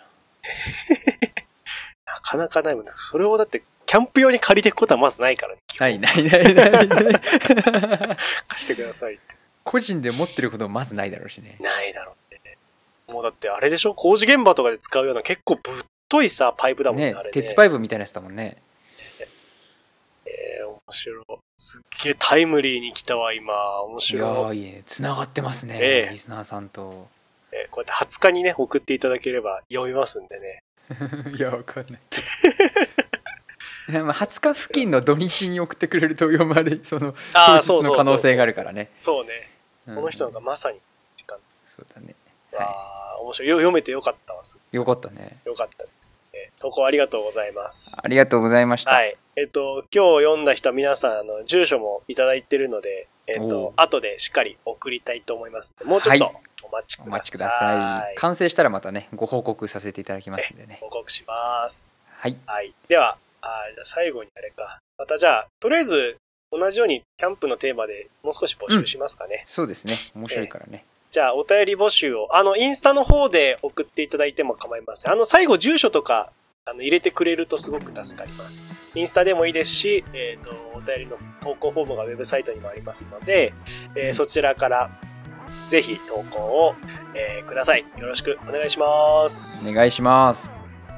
なかなかないもんね。それをだってキャンプ用に借りていくことはまずないからね。 ないないないないない。 貸してくださいって。 個人で持ってることもまずないだろうしね。 ないだろうね。もうだってあれでしょ、工事現場とかで使うような結構ぶっといさパイプだもんね。 ね、 あれね、 鉄パイプみたいなやつだもんね。 えー、面白い。すっげえタイムリーに来たわ今。面白い。 いやーいいね。繋がってますね、 えー、 リスナーさんと。 えー、こうやってはつかにね送っていただければ読みますんでね。 いやわかんないけど。はつか付近の土日に送ってくれると読まれそのあそうの可能性があるからね。 そうね。この人がまさに時間。 そうだね。 ああ、面白い。読めてよかったわ。 よかったね。 よかったです。えー、投稿ありがとうございます。 ありがとうございました。 はい。えっ、ー、と今日読んだ人は皆さんあの住所もいただいてるので、えっ、ー、と後でしっかり送りたいと思いますので、もうちょっとお待ちください。はい、お待ちください。完成したらまたねご報告させていただきますんでね。 報告します。 はい。 はい。ではあじゃあ最後にあれか。またじゃあとりあえず同じようにキャンプのテーマでもう少し募集しますかね。 うん、そうですね。面白いからね。えー、 じゃあお便り募集をあのインスタの方で送っていただいても構いません。あの最後住所とかあの入れてくれるとすごく助かります。インスタでもいいですし、えーと、お便りの投稿フォームがウェブサイトにもありますので、えー、そちらからぜひ投稿を、えー、ください。よろしくお願いします。 お願いします。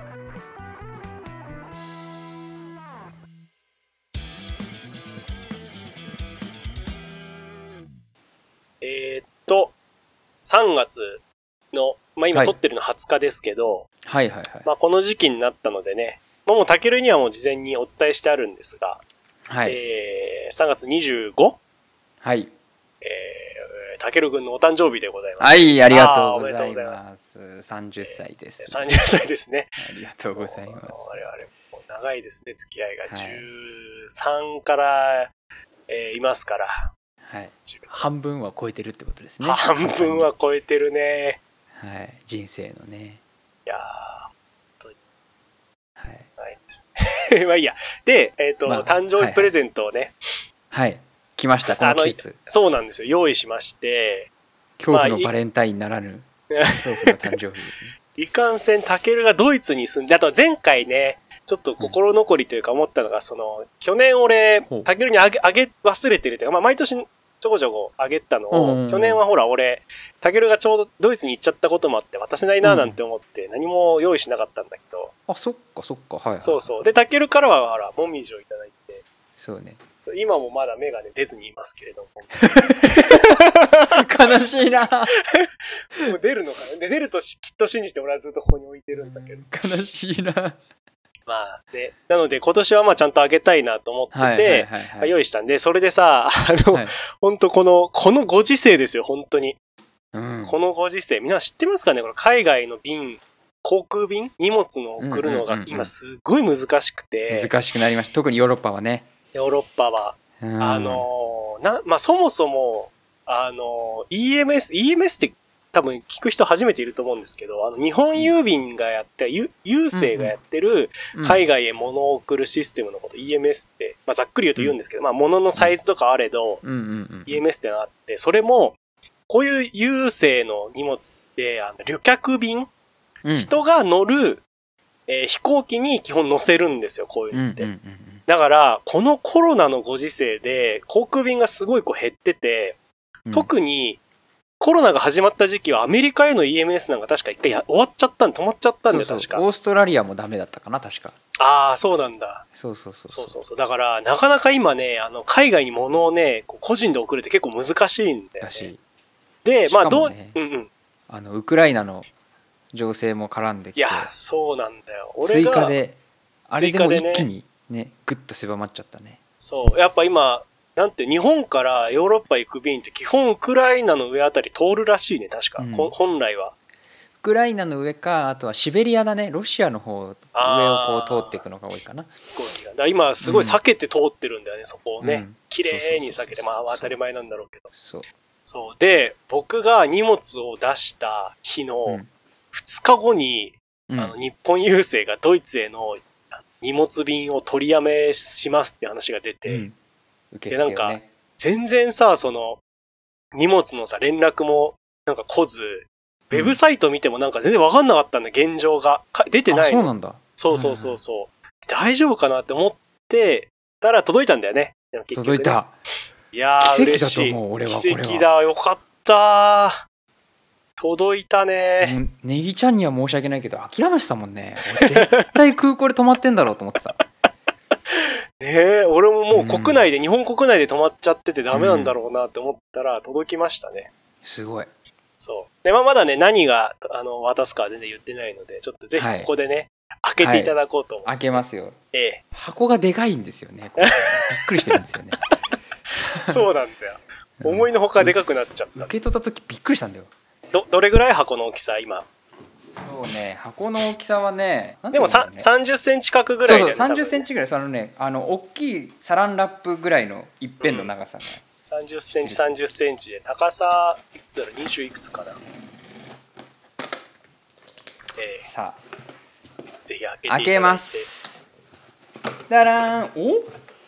えー、っと、さんがつの、まあ、今撮ってるのはつかですけど、 はい、はいはいはい。 まあ、この時期になったのでね、まあ、もうタケルにはもう事前にお伝えしてあるんですが、 はい。 えー、さんがつにじゅうご？ はい。 えー、タケル君のお誕生日でございます。 はい、ありがとうございます。さんじゅっさいです、 えー。さんじゅっさいですね。 ありがとうございます。 我々もう長いですね、付き合いが。はい、じゅうさんから、えー、いますから。 はい。半分は超えてるってことですね。 半分は超えてるね。 はい。人生のね。 いやー、本当に。 はい。 ないですね。まあいいや。で、えっ、ー、と、まあ、誕生日プレゼントをね。 はい、はい。来ました、この季節。 そうなんですよ。用意しまして。 恐怖のバレンタインならぬ、恐怖の誕生日ですね。 いかんせん、タケルがドイツに住んで、あと前回ね、ちょっと心残りというか思ったのが、うん、その、去年俺、タケルにあげ、あげ忘れてるというか、まあ毎年、ちょこちょこあげたのを、うんうん、去年はほら俺、タケルがちょうどドイツに行っちゃったこともあって渡せないななんて思って何も用意しなかったんだけど。 うん、あ、そっかそっか、はい、はい。 そうそう。で、タケルからはほら、もみじをいただいて。 そうね。 今もまだ芽がね、出ずにいますけれども。 悲しいな。 もう出るのかな。で、出るときっと信じて俺はずっとここに置いてるんだけど。 悲しいな。 まあ、で、なので今年はまあちゃんとあげたいなと思ってて、用意したんで、それでさ、あの、はい、本当この、このご時世ですよ、本当に。うん、このご時世、みんな知ってますかねこの海外の便、航空便荷物の送るのが今すごい難しくて。 難しくなりました。特にヨーロッパはね。 ヨーロッパは。うん、あの、な、まあそもそも、あの、イーエムエス、イーエムエス って多分聞く人初めていると思うんですけど、あの日本郵便がやって、郵政がやってる海外へ物を送るシステムのこと、うん、イーエムエスって、まあざっくり言うと言うんですけど、うん、まあ物のサイズとかあれど、うんうんうん、イーエムエス ってのがあって、それも、こういう郵政の荷物って、あの旅客便、うん、人が乗る、えー、飛行機に基本乗せるんですよ、こういうのって。うんうんうんうん、だから、このコロナのご時世で航空便がすごいこう減ってて、うん、特にコロナが始まった時期はアメリカへの イーエムエス なんか確か一回や終わっちゃったん止まっちゃったんだよ、 そうそう確か。 オーストラリアもダメだったかな、確か。 ああ、そうなんだ。 そうそうそうそうそうそう。だから、なかなか今ね、あの、海外に物をね、こう個人で送るって結構難しいんだよね。 だし、 で、まあ、どう、 しかもねうんうん。 あのウクライナの情勢も絡んできて、 いや、そうなんだよ。俺が追加であれでも追加でね一気にねグッと狭まっちゃったね。 そう、やっぱ今、なんて、日本からヨーロッパ行く便って基本ウクライナの上あたり通るらしいね、確か。 うんほ本来は。 ウクライナの上か、あとはシベリアだね、ロシアの方上をこう通っていくのが多いかな。 飛行機が。だから今すごい避けて通ってるんだよね、そこをね。 うん綺麗に避けて、まあ当たり前なんだろうけど。 そうそう。で、僕が荷物を出した日のうんふつかごに、 うんあの日本郵政がドイツへの荷物便を取りやめしますって話が出て、 うん受付をね、 でなんか全然さ、その、荷物のさ、連絡もなんか来ず、ウェブサイト見てもなんか全然わかんなかったんだ、現状が。か出てないの。 あ、そうなんだ。 そうそうそうそう。大丈夫かなって思ってたら届いたんだよね。でも結局ね届いた。 いやー、 奇跡だ嬉しい。 と思う、俺はこれは。 奇跡だ、よかった届いたね。 うんネギちゃんには申し訳ないけど諦めてたもんね。俺絶対空港で止まってんだろうと思ってた。 ねえ、俺ももう国内で、うん、日本国内で止まっちゃっててダメなんだろうなって思ったら届きましたね。 すごい。 そう。で、まあ、まだね、何が、あの、渡すかは全然言ってないので、ちょっとぜひここでね、はい、開けていただこうと思う、 はい。開けますよ。 ええ。 箱がでかいんですよね。びっくりしてるんですよね。 そうなんだよ。思いのほかでかくなっちゃった。 受け取った時びっくりしたんだよ。 ど、どれぐらい箱の大きさ、今。 そうね、箱の大きさはね、 でもさ、さんじゅっセンチ角ぐらいだよね。 そうそう、さんじゅっセンチぐらい、そのね、あの大きいサランラップぐらいの一辺の長さが、 うん、さんじゅっセンチ、さんじゅっセンチで、高さいくつだろう、にじゅういくつかな。えー、 さあ、 ぜひ開けていただいて。 開けます。だらーん、お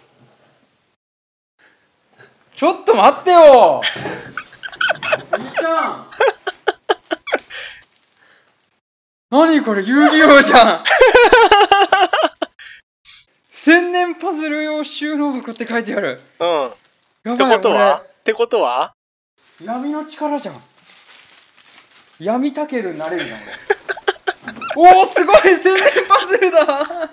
ちょっと待ってよみーちゃん何これ、遊戯王じゃん千年パズル用収納箱って書いてある。 うん。 やばい。 ってことはってことは闇の力じゃん。闇タケルになれるじゃん俺。おお、すごい、千年パズルだ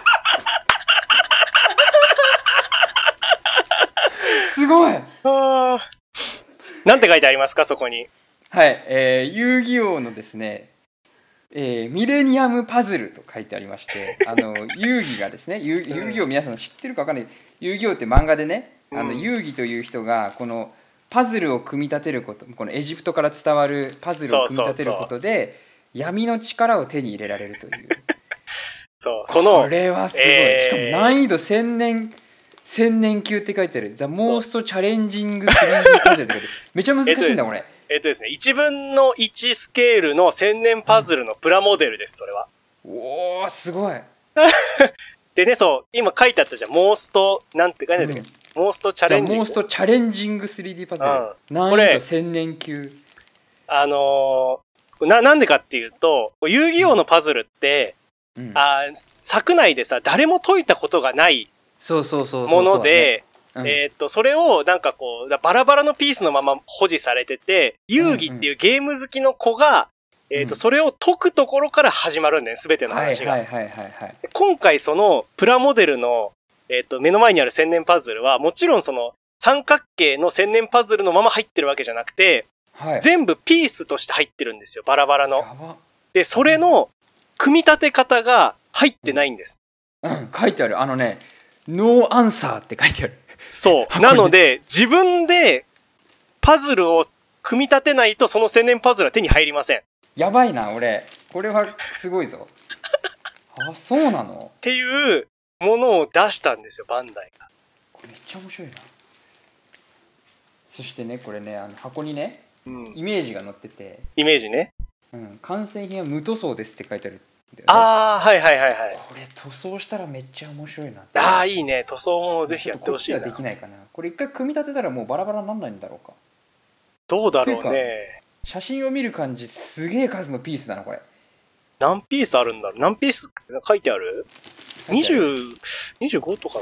すごい。 あなんて書いてありますか、そこに。 はい、えー、遊戯王のですね、えー、ミレニアムパズルと書いてありまして、あの遊戯がですね、遊遊戯王皆さん知ってるか分かんない。遊戯王って漫画でね、あの遊戯という人がこのパズルを組み立てること、このエジプトから伝わるパズルを組み立てることで闇の力を手に入れられるという。 そう、そのこれはすごい、えー、しかも難易度千年千年級って書いてある。ザ・モーストチャレンジング スリーディー パズルって書いてある。めちゃ難しいんだこれ。 えっとですね、いちぶんのいちスケールの千年パズルのプラモデルです、それは。 おー、すごい。 でね、そう、今書いてあったじゃん、モースト、なんて書いてあったっけ、うん、モーストチャレンジング。 モーストチャレンジング スリーディー パズル。うん、難易度千年級。 あのー、な、なんでかっていうと、遊戯王のパズルって、うん、あ作内でさ、誰も解いたことがないもので、えー、っと、それをなんかこう、バラバラのピースのまま保持されてて、遊戯っていうゲーム好きの子が、うんうん、えー、っと、それを解くところから始まるんだよね、すべての話が。今回そのプラモデルの、えー、っと、目の前にある千年パズルは、もちろんその三角形の千年パズルのまま入ってるわけじゃなくて、はい、全部ピースとして入ってるんですよ、バラバラの。で、それの組み立て方が入ってないんです。 うん、うん、書いてある。あのね、ノーアンサーって書いてある。 そう。なので、自分でパズルを組み立てないとその千年パズルは手に入りません。 やばいな、俺。これはすごいぞ。あ、そうなの？ っていうものを出したんですよ、バンダイが。 これめっちゃ面白いな。そしてね、これね、あの箱にね、うん、イメージが載ってて。 イメージね。 うん。完成品は無塗装ですって書いてある。 ああ、はいはいはいはい。 これ塗装したらめっちゃ面白いな。 ああ、いいね。塗装もぜひやってほしいな。 こっちはできないかな。これ一回組み立てたらもうバラバラにならないんだろうか。 どうだろうね。 写真を見る感じ、すげえ数のピースだな、これ。 何ピースあるんだろう。何ピース書いてある ?にじゅう、にじゅうごとかだった。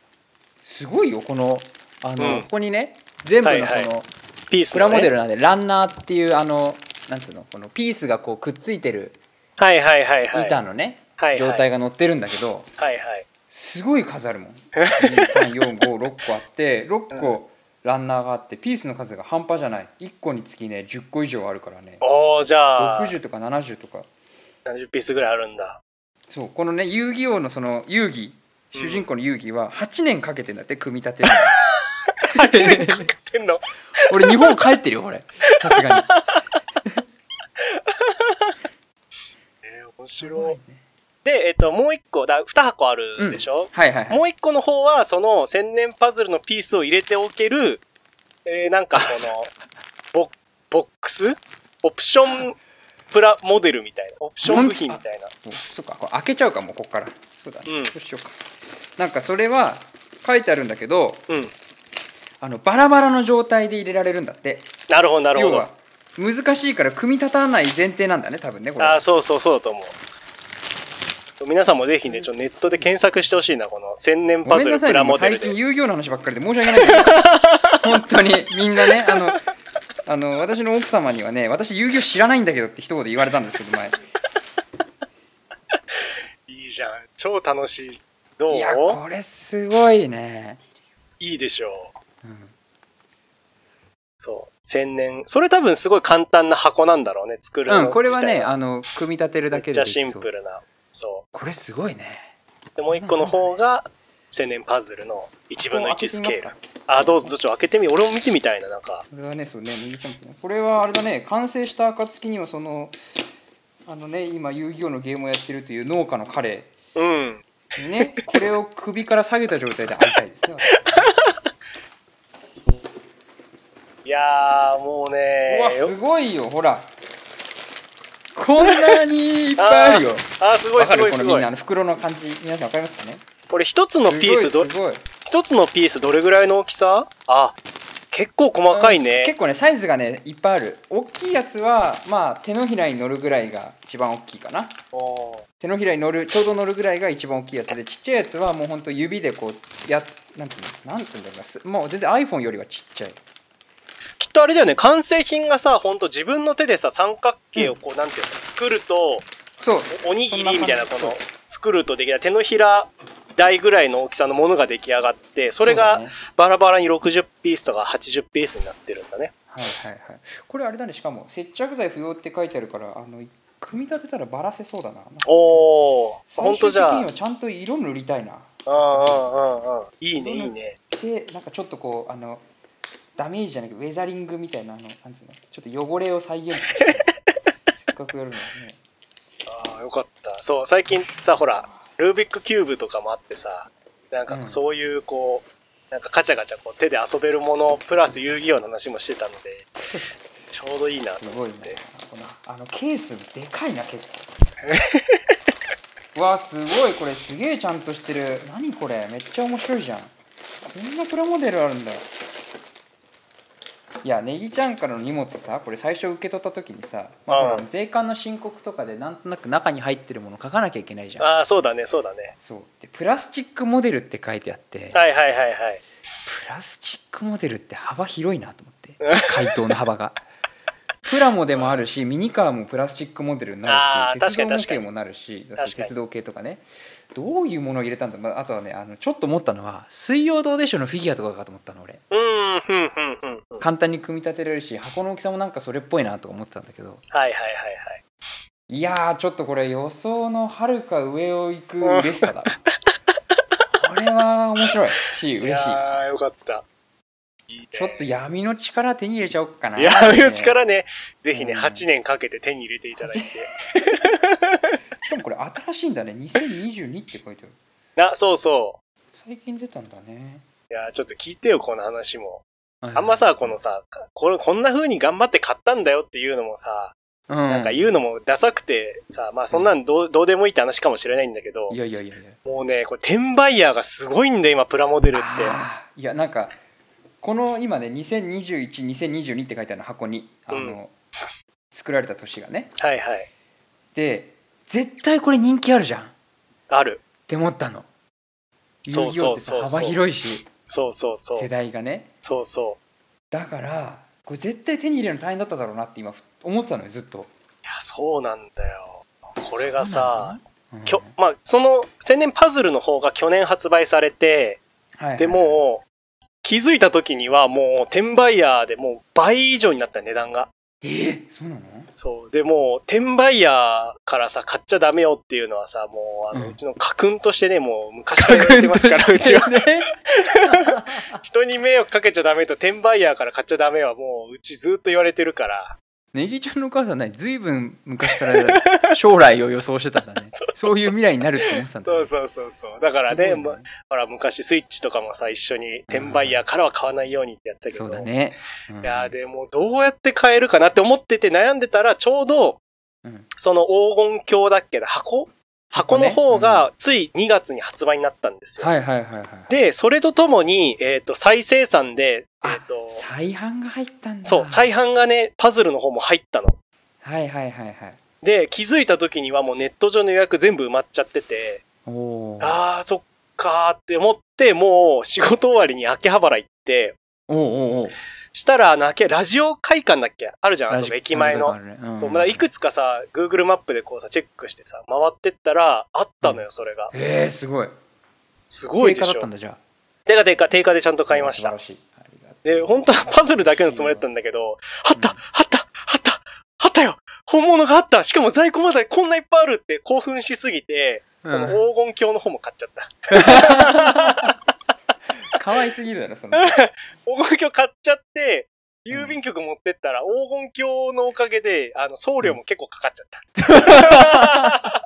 あ、すごいよ、この、あの、うん、ここにね、 全部のこの、 はいはい、ピースプラモデルなんでランナーっていうあのなんつうのこのピースがこうくっついてるはいはいはいはい板のね、 はいはい、 状態が載ってるんだけど、 はいはい、 すごい数あるもん。にさんよんごろっこあってろっこランナーがあってピースの数が半端じゃない。いっこにつきねじゅっこ以上あるからね。 おー、じゃあろくじゅうとかななじゅうとかななじゅうピースぐらいあるんだ。 そう、このね遊戯王のその遊戯主人公の遊戯ははちねんかけてんだって組み立てるのはちねんかけてんの俺日本帰ってるよこれさすがにえー、面白い、ね、で、えっと、もう一個だに箱あるでしょ、うん、 はいはいはい。 もう一個の方はその千年パズルのピースを入れておける、えー、なんかこのボボックスオプションプラモデルみたいなオプション部品みたいな。 そうか、これ開けちゃうかもこっから。そうだね、 うん、 そうしようか。なんかそれは書いてあるんだけど、 うん、 あのバラバラの状態で入れられるんだって。 なるほどなるほど。 要は難しいから組み立たない前提なんだね多分ねこれ。 ああそうそうそうだと思う。皆さんもぜひねちょっとネットで検索してほしいなこの千年パズルプラモデルで。 最近遊戯王の話ばっかりで申し訳ないけど本当にみんなねあのあの私の奥様にはね私遊戯王知らないんだけどって一言言われたんですけど前いいじゃん超楽しい。どう？ いやこれすごいね。 いいでしょう、 うん、 そう千年それ多分すごい簡単な箱なんだろうね作るの。 うんこれはねあの組み立てるだけでできそう。 めっちゃシンプルな。そうこれすごいね。 でもう一個の方が千年パズルのいちぶんのいちスケール。あどうぞどっちを開けてみ。俺も見てみたいな。なんかこれはねそうね右ちゃんこれはあれだね完成した暁にはそのあのね今遊戯王のゲームをやってるという農家の彼うんにねこれを首から下げた状態で会いたいですねいやーもうねうわすごいよほらこんなにいっぱいあるよあーすごいすごいすごい。 このみんなあの袋の感じ皆さん分かりますかね。 これ一つのピースど一つのピースどれぐらいの大きさ？あ結構細かいね、 うん、結構ねサイズがねいっぱいある。大きいやつはまあ手のひらに乗るぐらいが一番大きいかな。手のひらに乗るちょうど乗るぐらいが一番大きいやつで、ちっちゃいやつはもうほんと指でこうやなんていうのなんていうんだろうな、もう全然 iPhone よりはちっちゃい。 きっとあれだよね完成品がさほんと自分の手でさ三角形をこう、うん、なんていうの作るとそうおにぎりみたいなこの作るとできない手のひら台ぐらいの大きさのものが出来上がってそれがバラバラにろくじゅうピースとかはちじゅうピースになってるんだね。 はいはいはい。これあれだねしかも接着剤不要って書いてあるからあの組み立てたらバラせそうだな。 おお本当じゃあ最終的にはちゃんと色塗りたいな。 うんうんうんうんいいねいいね。 でなんかちょっとこうあのダメージじゃなくてウェザリングみたいなあのなんつうのちょっと汚れを再現してせっかくやるのね。 ああよかった。そう最近さほらルービックキューブとかもあってさなんかそういうこう、うん、なんかカチャカチャこう手で遊べるものプラス遊戯王の話もしてたのでちょうどいいなと思って。 すごいなあのケースでかいな結構うわすごいこれすげえちゃんとしてる。何これめっちゃ面白いじゃん。こんなプラモデルあるんだ。いやネギちゃんからの荷物さこれ最初受け取った時にさ、まあ、ほら税関の申告とかでなんとなく中に入ってるもの書かなきゃいけないじゃん。 ああそうだねそうだね。 そうでプラスチックモデルって書いてあってはいはいはいはいプラスチックモデルって幅広いなと思って回答の幅がプラモでもあるしミニカーもプラスチックモデルになるし鉄道模型もなるし鉄道系とかねどういうものを入れたんだ、まあ、あとはねあのちょっと思ったのは水曜どうでしょうのフィギュアとかかと思ったの俺。 うんふんふんふんふん簡単に組み立てられるし箱の大きさもなんかそれっぽいなと思ってたんだけどはいはいはいはいいやーちょっとこれ予想のはるか上を行く嬉しさだこれは面白いし嬉しい。いやーよかったいい、ね、 ちょっと闇の力手に入れちゃおうかな。 闇の力ねぜひね、うん、はちねんかけて手に入れていただいてしかもこれ新しいんだねにせんにじゅうにって書いてある。 なそうそう最近出たんだね。 いやちょっと聞いてよこの話も、はいはい、あんまさこのさこれこんな風に頑張って買ったんだよっていうのもさ、うん、なんか言うのもダサくてさまあそんなんどう、うん、どうでもいいって話かもしれないんだけどいやいやいやいやもうねこれ転売ヤーがすごいんだよ今プラモデルって。 いやなんかこの今ねにせんにじゅういち、にせんにじゅうにって書いてあるの箱にあの、うん、作られた年がねはいはいで絶対これ人気あるじゃんあるって思ったの。 そうそうそう幅広いしそうそうそう世代がねそうそだからこれ絶対手に入れるの大変だっただろうなって今思ってたのよずっと。 いやそうなんだよ。これがさ、 うん、 きょまあその千年パズルの方が去年発売されて、はいはい、でもう気づいた時にはもう転売ヤーでもう倍以上になった値段が。 えー、そうなの？ そうでもう転売ヤーからさ買っちゃダメよっていうのはさもうあの、うん、うちの家訓としてねもう昔から言われてますからうちはね人に迷惑かけちゃダメと転売ヤーから買っちゃダメはもううちずっと言われてるから。 ネギちゃんのお母さんねずいぶん昔から将来を予想してたんだねそうそういう未来になるって思ってたんだ、ね、 そうそうそうそうだからね、ま、ほら昔スイッチとかもさ一緒に転売ヤーからは買わないようにってやったけど、 そうだね、 うん、いやでもどうやって買えるかなって思ってて悩んでたらちょうど、うん、その黄金鏡だっけな箱箱の方がついにがつに発売になったんですよ。 はいはいはいはい。 で、それとともに、えっと、再生産で、えっと、 再販が入ったんだ。 そう、再販がね、パズルの方も入ったの。 はいはいはいはい。 で、気づいた時にはもうネット上の予約全部埋まっちゃってて、 おあー、そっかーって思って、もう仕事終わりに秋葉原行って、 おうおうおうしたら、あの、ラジオ会館だっけあるじゃん、あそこ駅前の。ねうん、そう、まだいくつかさ、Google マップでこうさ、チェックしてさ、回ってったら、あったのよ、それが。 へえ、すごい。 すごいでしょ。 定価だったんだ、じゃあ。 定価定価、定価でちゃんと買いました。素晴らしい。で、本当はパズルだけのつもりだったんだけど、あった、あった、あった、あったよ本物があったしかも在庫まだこんないっぱいあるって興奮しすぎて、その黄金鏡の方も買っちゃった。 可愛すぎるだろ、その。 黄金鏡買っちゃって、郵便局持ってったら、黄金鏡のおかげで、あの、送料も結構かかっちゃった。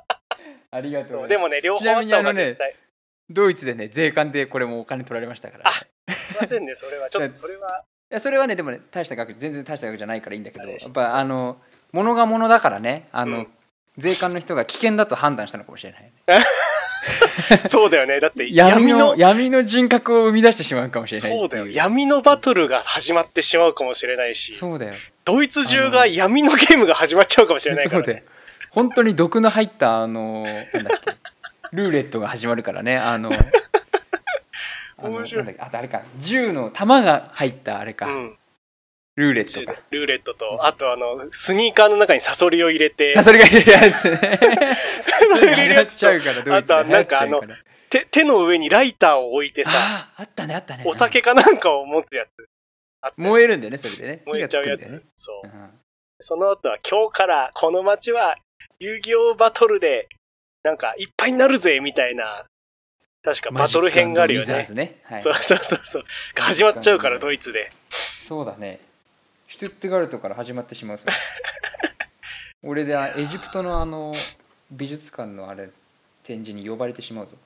ありがとう。 でもね、両方あった方が絶対。 ドイツでね、税関でこれもお金取られましたから、 ね。あ、すいませんね、それは。ちょっとそれは。 いや、それはね、でもね、大した額、全然大した額じゃないからいいんだけど、やっぱ、あの、物が物だからね、あの、うん、税関の人が危険だと判断したのかもしれない、ね。 そうだよね。だって闇の闇の人格を生み出してしまうかもしれない。 そうだよ。闇のバトルが始まってしまうかもしれないし。 そうだよ。 ドイツ中が闇のゲームが始まっちゃうかもしれないから、ね。そうだよ。 本当に毒の入ったあのなんだっけルーレットが始まるからね。あのあのなんだっけあとあれか銃の弾が入ったあれか。うん、ルーレットか。 ルーレットと、あとあの、スニーカーの中にサソリを入れて。 サソリが入れるやつね。それ入れやっちゃうから、ドイツで。 あとなんかあの、手、手の上にライターを置いてさ。 ああ、あったね、あったね。 お酒かなんかを持つやつ。 燃えるんだよね、それでね。 燃えちゃうやつ。そう。その後は今日からこの街は遊戯王バトルで、なんかいっぱいになるぜ、みたいな。確かバトル編があるよね。 ねはい、 そうそうそうそう。が始まっちゃうから、ドイツで。 そうだね。シュトゥットガルトから始まってしまうそれ俺でエジプトのあの美術館のあれ展示に呼ばれてしまうぞ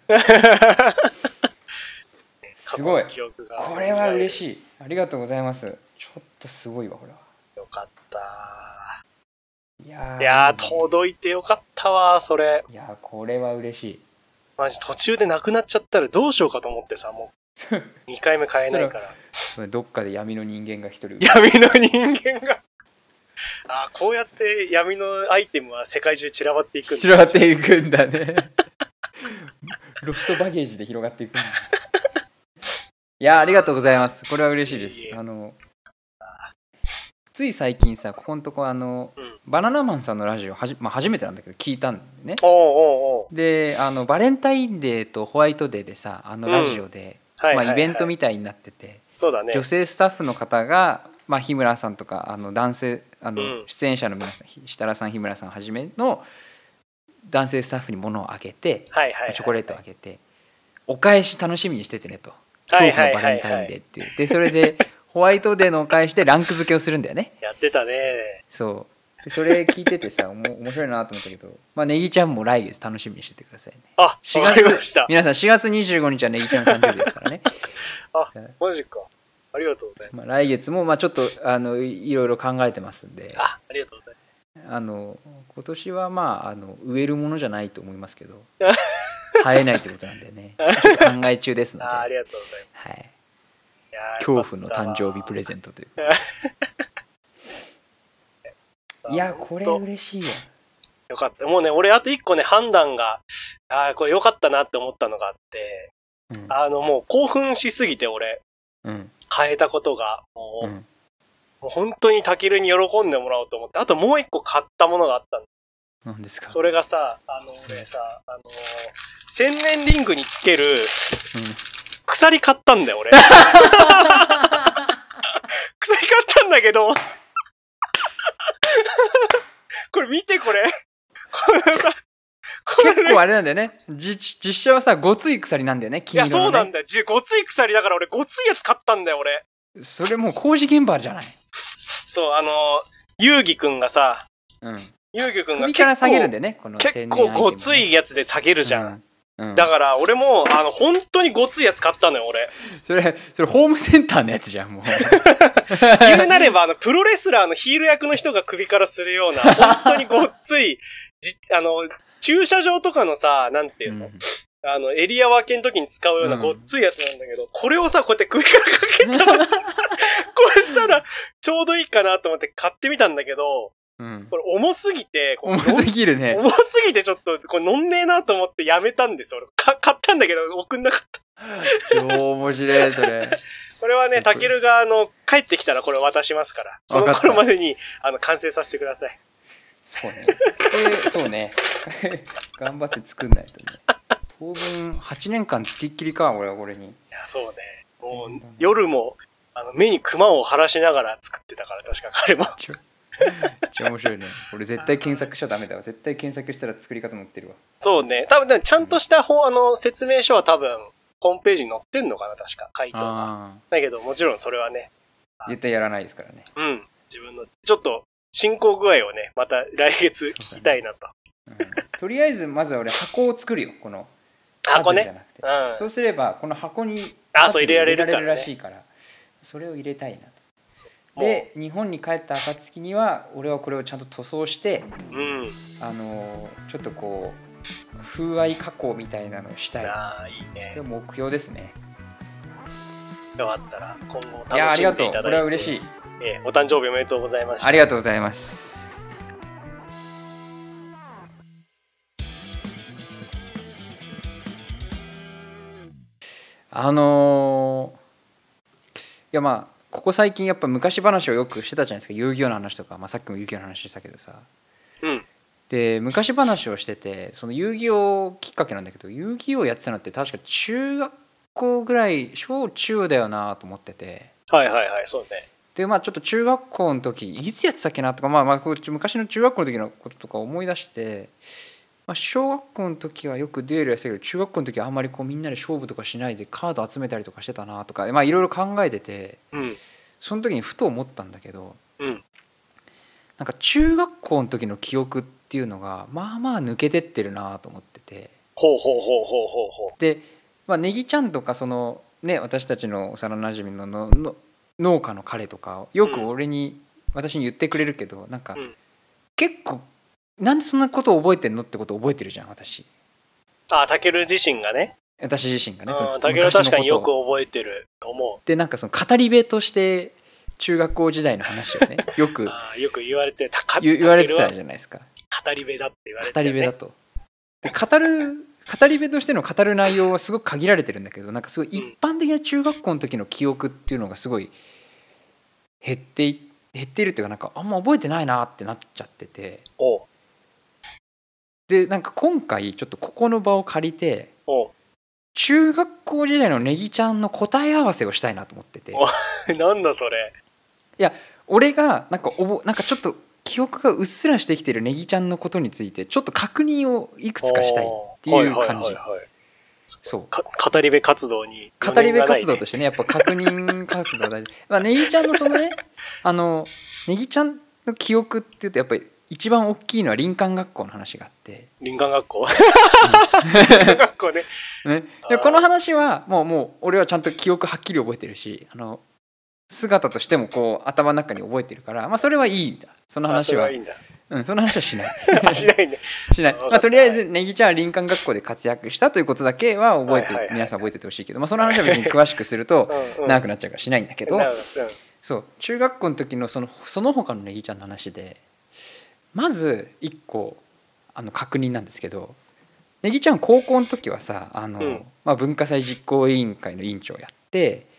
すごいこれは嬉しいありがとうございますちょっとすごいわこれはよかったいやーいやー届いてよかったわそれいやーこれは嬉しいマジ途中でなくなっちゃったらどうしようかと思ってさもうにかいめ買えないからどっかで闇の人間が一人闇の人間があこうやって闇のアイテムは世界中散らばっていくんだ散らばっていくんだねロストバゲージで広がっていくんだいやありがとうございますこれは嬉しいですあのつい最近さここのとこあの、うん、バナナマンさんのラジオはじ、まあ、初めてなんだけど聞いたんだよねおうおうおうであのバレンタインデーとホワイトデーでさあのラジオで、うんまあ、イベントみたいになってて、 そうだね、 女性スタッフの方が、まあ、日村さんとかあの男性あの、うん、出演者の皆さん設楽さん日村さんはじめの男性スタッフに物をあげて、はいはいはいはい、チョコレートをあげてお返し楽しみにしててねと今日のバレンタインデーっていう、はいはいはいはい、でそれでホワイトデーのお返しでランク付けをするんだよねやってたねそうでそれ聞いててさおも面白いなと思ったけどまあネギちゃんも来月楽しみにしててくださいねあわかりました皆さんしがつにじゅうごにちはネギちゃんの誕生日ですからねあマジかありがとうございます、 まあ、来月もまあちょっとあのいろいろ考えてますんであありがとうございますあの今年はまああの植えるものじゃないと思いますけど生えないってことなんでねちょっと考え中ですのであ, ありがとうございます、 はい恐怖の誕生日プレゼントといういやこれ嬉しいよよかったもうね俺あといっこね判断があこれよかったなって思ったのがあって、うん、あのもう興奮しすぎて俺、うん、 買えたことが、もう、 うん、 もう本当にタケルに喜んでもらおうと思って、あともう一個買ったものがあったんだ。 なんですか。 それがさ、あの、俺さ、あの、千年リングにつける、 うん、 鎖買ったんだよ、俺。鎖買ったんだけど、これ見て、これ。これさ、これ、ね、 結構あれなんだよね。実実写はさ、ごつい鎖なんだよね、金色の、ね。 いや、そうなんだよ。ごつい鎖だから俺、ごついやつ買ったんだよ、俺。 それもう工事現場じゃない。 そう、あの、遊戯くんがさ、 うん。 遊戯くんが首から下げるんでね、この結構ごついやつで下げるじゃん。 うんうん、 だから俺もあの本当にごついやつ買ったのよ俺。 それそれホームセンターのやつじゃんもう。 言うなればあのプロレスラーのヒール役の人が首からするような本当にごっついじあの駐車場とかのさなんていうの、うん、あのエリア分けの時に使うようなごっついやつなんだけど、うん、これをさこうやって首からかけたらこうしたらちょうどいいかなと思って買ってみたんだけど。うん、これ重すぎて、 重すぎるね。 重すぎてちょっと、これ乗んねえなと思ってやめたんですよ。か買ったんだけど送んなかった。 超面白い、それ。 これはね、タケルがあの帰ってきたらこれ渡しますから、その頃までにあの完成させてください。 そうね。えー、そうね。頑張って作んないとね。当分はちねんかんつきっきりか、俺はこれに。いや、そうね。もう夜もあの目にクマを晴らしながら作ってたから、確か彼も。 めっちゃ面白いね。俺絶対検索しちゃダメだわ。絶対検索したら作り方載ってるわ。 そうね。多分ちゃんとした方、あの説明書は多分ホームページに載ってんのかな、確か回答が。だけどもちろんそれはね。 絶対やらないですからね。 うん。自分のちょっと進行具合をね、また来月聞きたいなと。 うん、とりあえずまずは俺箱を作るよ。この箱ね。 うん、そうすればこの箱にあ、そう入れられるらしいから、それを入れたいなと。で日本に帰った暁には俺はこれをちゃんと塗装して、 うん、 あのちょっとこう風合い加工みたいなのをしたい。 ああいいね。 それ目標ですね。 よかったら今後楽しんでいただいて。 いやありがとう。これは嬉しい。 えー、お誕生日おめでとうございました。 ありがとうございます。あのー、いやまあここ最近やっぱ昔話をよくしてたじゃないですか。遊戯王の話とか、まあ、さっきも遊戯王の話したけどさ、 うん、 で昔話をしてて、その遊戯王きっかけなんだけど、遊戯王やってたのって確か中学校ぐらい、小中だよなと思ってて、 はいはいはい、そうね。 でまあちょっと中学校の時いつやってたっけなとか、まあまあ昔の中学校の時のこととか思い出して、まあ、小学校の時はよくデュエルやってたけど、中学校の時はあんまりこうみんなで勝負とかしないでカード集めたりとかしてたなとか、まあいろいろ考えてて、 うん、 その時にふと思ったんだけど、 うん、 なんか中学校の時の記憶っていうのがまあまあ抜けてってるなと思ってて、 ほうほうほうほうほうほう。 で、まあ、ネギちゃんとかそのね、私たちの幼なじみののの農家の彼とかよく俺に、うん、私に言ってくれるけど、なんか、うん、結構なんでそんなことを覚えてんのってことを覚えてるじゃん私。 ああ、タケル自身がね。 私自身がね。 タケルは確かによく覚えてると思う。 でなんかその語り部として中学校時代の話をねよくあよく言われてた言われてたじゃないですか。 語り部だって言われてた、ね、 語り部だと。で語る語り部としての語る内容はすごく限られてるんだけど、なんかすごい一般的な中学校の時の記憶っていうのがすごい減ってい減っているっていうか、なんかあんま覚えてないなってなっちゃってて、 おでなんか今回ちょっとここの場を借りてお中学校時代のネギちゃんの答え合わせをしたいなと思ってて。 なんだそれ。 いや俺がなんかおぼなんかちょっと記憶がうっすらしてきてるネギちゃんのことについてちょっと確認をいくつかしたいっていう感じ。 そう語り部活動に語り部活動としてね、やっぱ確認活動大事。まあネギちゃんのそのねあのネギちゃんの記憶っていうとやっぱり一番大きいのは林間学校の話があって。 林間学校林間学校ね。 ねでこの話はもうもう俺はちゃんと記憶はっきり覚えてるし、あの姿としてもこう頭の中に覚えてるから、まあそれはいいんだ。その話は。 あ、それはいいんだ。 うん、その話はしないしないね。 しない。まあとりあえずネギちゃんは林間学校で活躍したということだけは覚えて、はいはいはい、皆さん覚えててほしいけど、まあその話は別に詳しくすると長くなっちゃうからしないんだけど、うんうん、そう中学校の時のそのその他のネギちゃんの話で、まずいっこあの確認なんですけど、ネギちゃん高校の時はさあの、うん、まあ、文化祭実行委員会の委員長をやって、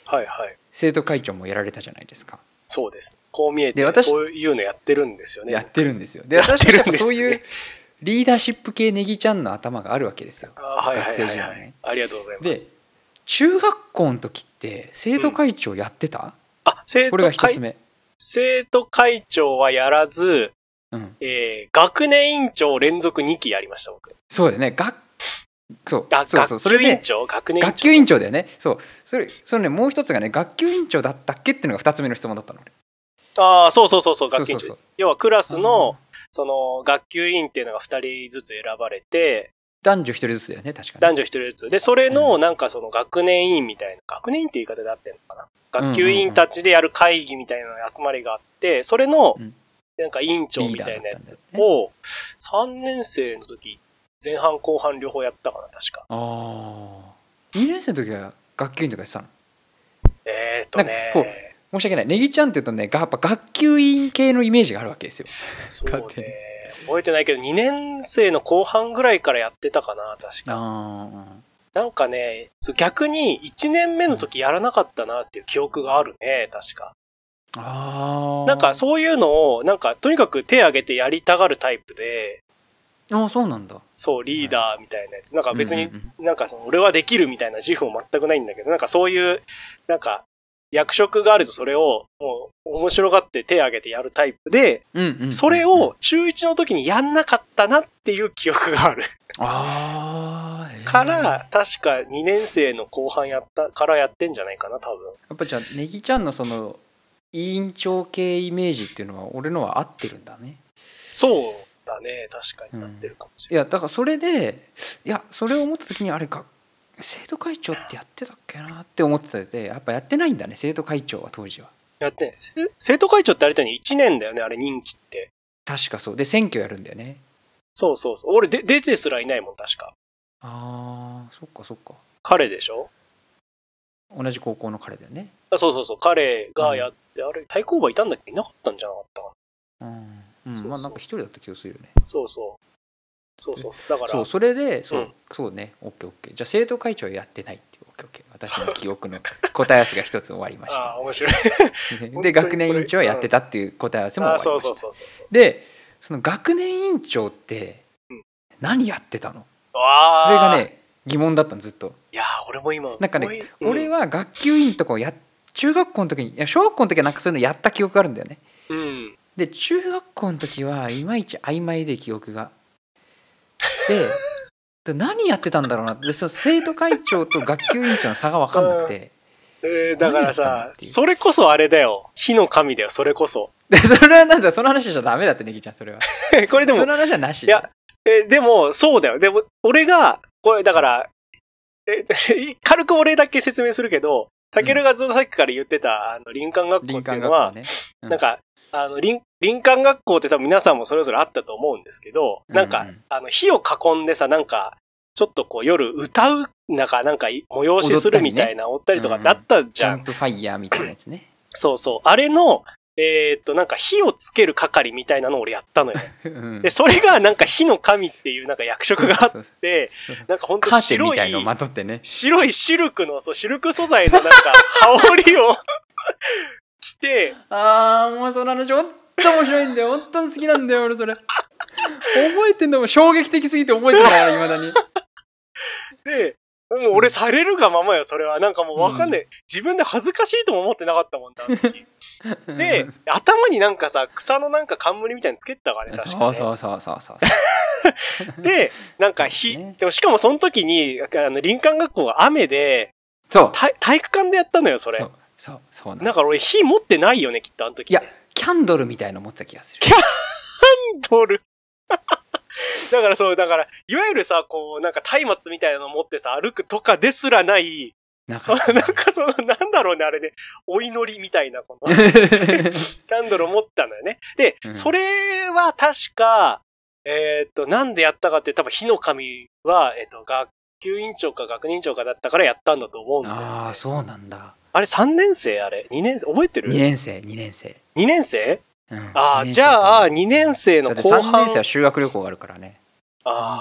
はいはい。 生徒会長もやられたじゃないですか。 そうです。こう見えてで私そういうのやってるんですよね。 やってるんですよ。で、私たちはそういうリーダーシップ系ネギちゃんの頭があるわけですよ。学生時代ね。 ありがとうございます。 で、中学校の時って生徒会長やってた？うん、 あ、生徒会、 これが一つ目。 生徒会長はやらず、うん、えー、学年委員長連続にきやりました僕。 そうだよね。学そうそうそう、それで学年学級委員長だよね。そうそれそれね、もう一つがね、学級委員長だったっけっていうのが二つ目の質問だったの。 ああ、そうそうそうそう、学級委員長。そうそうそう、要はクラスのその学級委員っていうのがふたりずつ選ばれて、 男女ひとりずつだよね、確かに。 男女ひとりずつで、それのなんかその学年委員みたいな、うん、学年委員って言い方であってんのかな、学級委員たちでやる会議みたいな集まりがあって、それのなんか委員長みたいなやつをさんねん生の時前半後半両方やったかな、確か。ああ。にねん生の時は学級委員とかやってたの？ えーっとねこう申し訳ない、ネギちゃんって言うとね、やっぱ学級委員系のイメージがあるわけですよ。 そうね、覚えてないけどにねん生の後半ぐらいからやってたかな、確か。あ、なんかね、逆にいちねんめの時やらなかったなっていう記憶があるね、確か。あ、なんかそういうのをなんかとにかく手挙げてやりたがるタイプで。 ああ、そうなんだ。 そう、リーダーみたいなやつ。なんか別に、なんかその俺はできるみたいな自負も全くないんだけど、なんかそういう、なんか役職があるとそれをもう面白がって手挙げてやるタイプで、それを中いちの時にやんなかったなっていう記憶がある。ああ。から、確かにねん生の後半やったからやってんじゃないかな、多分。 やっぱじゃあ、ネギちゃんのその、委員長系イメージっていうのは俺のは合ってるんだね。 そうだね、確かになってるかもしれない。 うん、いや、だからそれで、いや、それを思った時にあれか、生徒会長ってやってたっけなって思ってて、やっぱやってないんだね、生徒会長は当時は。 やってない。生徒会長ってあれだよね、いちねんだよね、あれ任期って。 確かそう。で、選挙やるんだよね。そうそうそう。俺で出てすらいないもん、確か。 ああ、そっかそっか。 彼でしょ？ 同じ高校の彼だよね。 あ、そうそうそう。彼がやって、うん、あれ、対抗馬いたんだっけ？いなかったんじゃなかったかな。うん。 うん、そうそう、まあなんか一人だった気がするよね。 そうそう。そうそう。だから。 そう、それで、そう、うん、そうね。オッケーオッケー。じゃあ生徒会長やってないっていう、オッケーオッケー。私の記憶の答え合わせが一つ終わりました。 ああ、面白い。 で、学年委員長はやってたっていう答え合わせも終わりました。 うん、あ、そうそうそうそう。 で、その学年委員長って何やってたの？ ああ。 それがね、疑問だったの、ずっと。 いやー、俺も今。 なんかね、うん、俺は学級委員とかをや、中学校の時に、いや小学校の時はなんかそういうのやった記憶があるんだよね。うん。で、中学校の時はいまいち曖昧で記憶が。で、で何やってたんだろうなって、でその生徒会長と学級委員長の差が分かんなくて。 えー、だからさ、それこそあれだよ。火の神だよ、それこそ。 で、それはなんだ、その話じゃダメだって、ネギちゃん、それは。 これでも、 その話はなし。 いや、えでも、そうだよ。でも、俺が、これ、だから、え軽く俺だけ説明するけど、タケルがずっとさっきから言ってた、あの、林間学校っていうのは、ね、うん、なんか、あの、林、林間学校って多分皆さんもそれぞれあったと思うんですけど、なんか、うんうん、あの、火を囲んでさ、なんか、ちょっとこう夜歌う、なんか、なんか催しするみたいな、踊ったりとかだったじゃん。 キャンプファイヤーみたいなやつね。 そうそう。あれの、えー、っと、なんか火をつける係みたいなのを俺やったのよ。うん、で、それがなんか火の神っていうなんか役職があって、なんかほんと白い、 みたいのまとってね、 白いシルクの、そう、シルク素材のなんか羽織を着て、 あー、もうその話ほんと面白いんだよ。ほんと好きなんだよ、俺それ。覚えてんのも衝撃的すぎて覚えてない、未だに。 で、もう俺されるがままよ、それは。なんかもうわかんない、うん。自分で恥ずかしいとも思ってなかったもんだ、あの時。で、頭になんかさ、草のなんか冠みたいにつけてたからね、確かに、ね。 そうそうそうそうそう。で、なんか火、ね、でもしかもその時に、あの、林間学校が雨で、 そう。 体育館でやったのよ、それ。 そう、そう、そうなんだから俺火持ってないよね、きっと、あの時、 ね。いや、キャンドルみたいの持ってた気がする。 キャンドルだからそう、だから、いわゆるさ、こう、なんか松明みたいなの持ってさ、歩くとかですらない、なんか、なんかその、なんだろうね、あれね、お祈りみたいな、この、キャンドルを持ったのよね。で、うん、それは確か、えー、っと、なんでやったかって、多分火の神は、えー、っと、学級委員長か学年委員長かだったからやったんだと思うんだよ、ね。 ああ、そうなんだ。 あれさんねん生あれ ?に 年生覚えてる？ に 年生、にねん生。 にねん生？うん、ああ、じゃあ、にねん生の後半。 さんねん生は修学旅行があるからね。 ああ、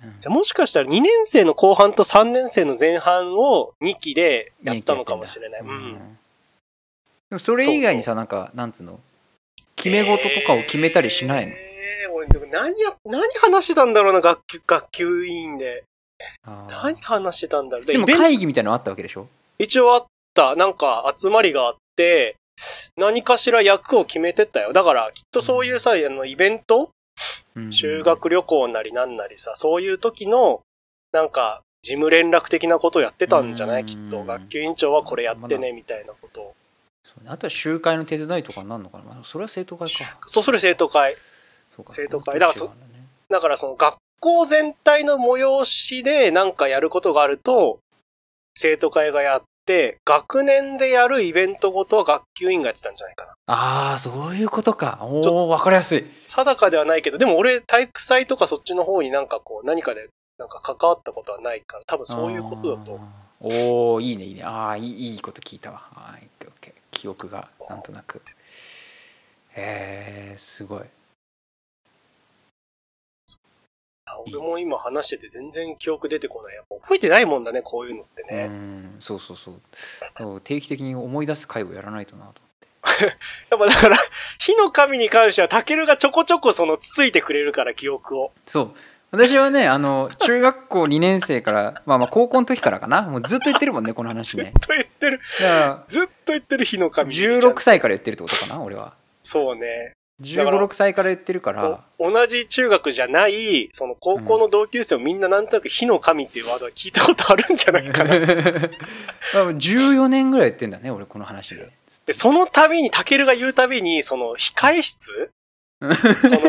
じゃあもしかしたらにねん生の後半とさんねん生の前半をにきでやったのかもしれない。うん。 でもそれ以外にさ、なんか、なんつうの決め事とかを決めたりしないの？ えー、俺でも何や、何話してたんだろうな、学級、学級委員で。何話してたんだろう。 でも会議みたいなのあったわけでしょ？一応あった。なんか集まりがあって、何かしら役を決めてったよ。だからきっとそういうさ、あのイベント、うん、修学旅行なりなんなりさ、そういう時のなんか事務連絡的なことをやってたんじゃない？きっと学級委員長はこれやってねみたいなことを。 そうね、あとは集会の手伝いとかになるのかな。それは生徒会か。 そう、それ生徒会。生徒会。だからそ、だからその学校全体の催しでなんかやることがあると、生徒会がやって、学年でやるイベントごとは学級委員がやってたんじゃないかな。 ああ、そういうことか。おお、わかりやすい。 定かではないけど、でも俺体育祭とかそっちの方になんかこう何かでなんか関わったことはないから、多分そういうことだと。 おお、いいねいいね。ああ、いいいいこと聞いたわ。はい、オッケー。記憶がなんとなく。へえー、すごい。 俺も今話してて全然記憶出てこない。やっぱ覚えてないもんだね、こういうのってね。 うん、そうそうそう。定期的に思い出す回をやらないとなと思って。 やっぱだから、火の神に関しては、タケルがちょこちょこそのつついてくれるから、記憶を。 そう。私はね、あの、中学校にねん生から、まあまあ高校の時からかな。もうずっと言ってるもんね、この話ね。 ずっと言ってる。だからずっと言ってる火の神。 じゅうろくさいから言ってるってことかな、俺は。 そうね。 じゅうご、ろくさいから言ってるから。 同じ中学じゃない、その高校の同級生をみんななんとなく火の神っていうワードは聞いたことあるんじゃないかな。 じゅうよねんぐらい言ってんだね、俺この話で。 で、その度に、タケルが言うたびに、その控え室その、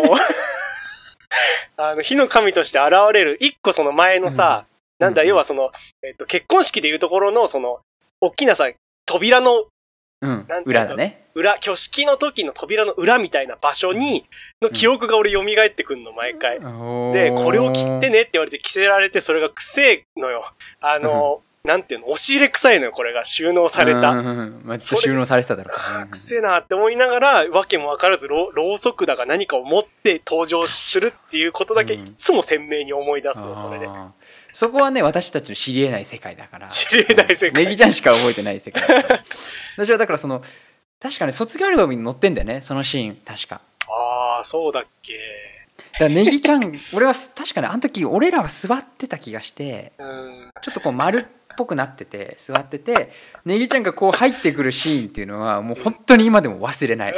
あの、火の神として現れる、一個その前のさ、うん、なんだ、要はその、えっと、結婚式でいうところの、その、大きなさ、扉の、 うん、裏だね。 裏、挙式の時の扉の裏みたいな場所に、の記憶が俺蘇ってくんの、毎回。うん、で、これを切ってねって言われて着せられて、それがくせえのよ。あの、うん、なんていうの、押し入れ臭いのよ、これが収納された。 うんうんうん、まあ、ちょっと収納されてただろう。 くせえなって思いながら、わけもわからずろ、ろうそくだが何かを持って登場するっていうことだけ、いつも鮮明に思い出すのよ、それで。 そこはね、私たちの知り得ない世界だから。 知り得ない世界。 ネギちゃんしか覚えてない世界だから。私はだからその、確かに卒業アルバムに載ってんだよね、そのシーン、確か。 ああ、そうだっけ。 だからネギちゃん、俺は確かにあの時、俺らは座ってた気がして、うん、ちょっとこう丸っぽくなってて、座ってて、ネギちゃんがこう入ってくるシーンっていうのは、もう本当に今でも忘れない。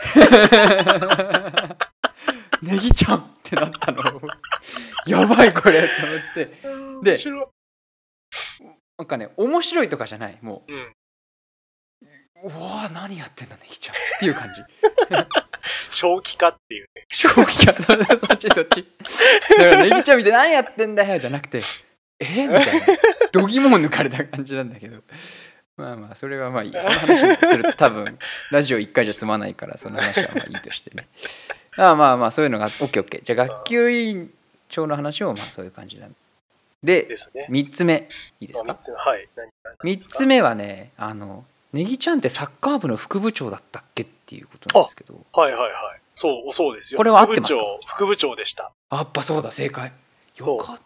ネギちゃんってなったの。やばいこれと思って。で、なんかね、面白いとかじゃない、もう。うんうわ何やってんだねネギちゃんっていう感じ。 正気かっていうね。 正気かそっちそっち。だからネギちゃん見て何やってんだよじゃなくてえみたいな度肝を抜かれた感じなんだけど。まあまあそれはまあいい。その話すると多分ラジオいっかいじゃ済まないからその話はまあいいとしてね。ああまあまあそういうのが オーケーオーケー。じゃあ学級委員長の話をまあそういう感じなんで。で、ね、みっつめいいですか。 みっつめはい。何みっつめはねあの。ネギちゃんってサッカー部の副部長だったっけっていうことなんですけど。 はいはいはい。そう、そうですよ。 これは合ってますか？ 副部長、副部長でした。 やっぱそうだ、正解。よかった。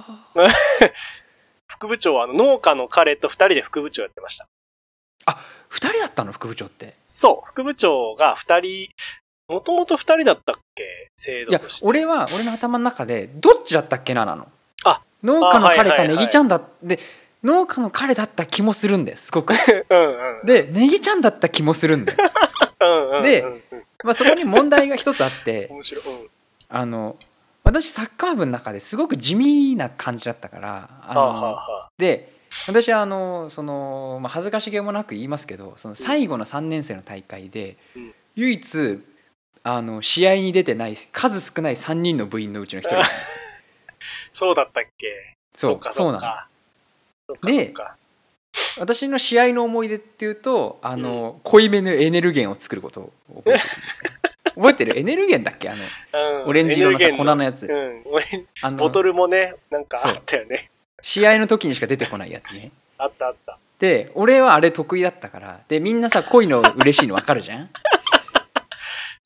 副部長はあの農家の彼とふたりで副部長やってました。 あ、ふたりだったの副部長って。 そう、副部長がふたり、もともとふたりだったっけ制度として。 いや、俺は、俺の頭の中で、どっちだったっけななの。 あ、 農家の彼かネギちゃんだって、農家の彼だった気もするんだよすごく。うんうん、でネギちゃんだった気もするんだよ。うんうん、で、まあ、そこに問題が一つあって面白い、うん、 あの私サッカー部の中ですごく地味な感じだったからあの、はあはあ、で私はあのその、まあ、恥ずかしげもなく言いますけどその最後のさんねん生の大会で、うん、唯一あの試合に出てない数少ないさんにんの部員のうちのひとりなんですよ。 そうだったっけ。 そうかそうなの。で私の試合の思い出っていうとあの、うん、濃いめのエネルゲンを作ることを覚えてるんですよ。覚えてるエネルゲンだっけあの、うん、オレンジ色のさ粉のやつ、うん、 あのボトルもねなんかあったよね。 試合の時にしか出てこないやつね。 あったあった。 で俺はあれ得意だったからでみんなさ濃いの嬉しいの分かるじゃん。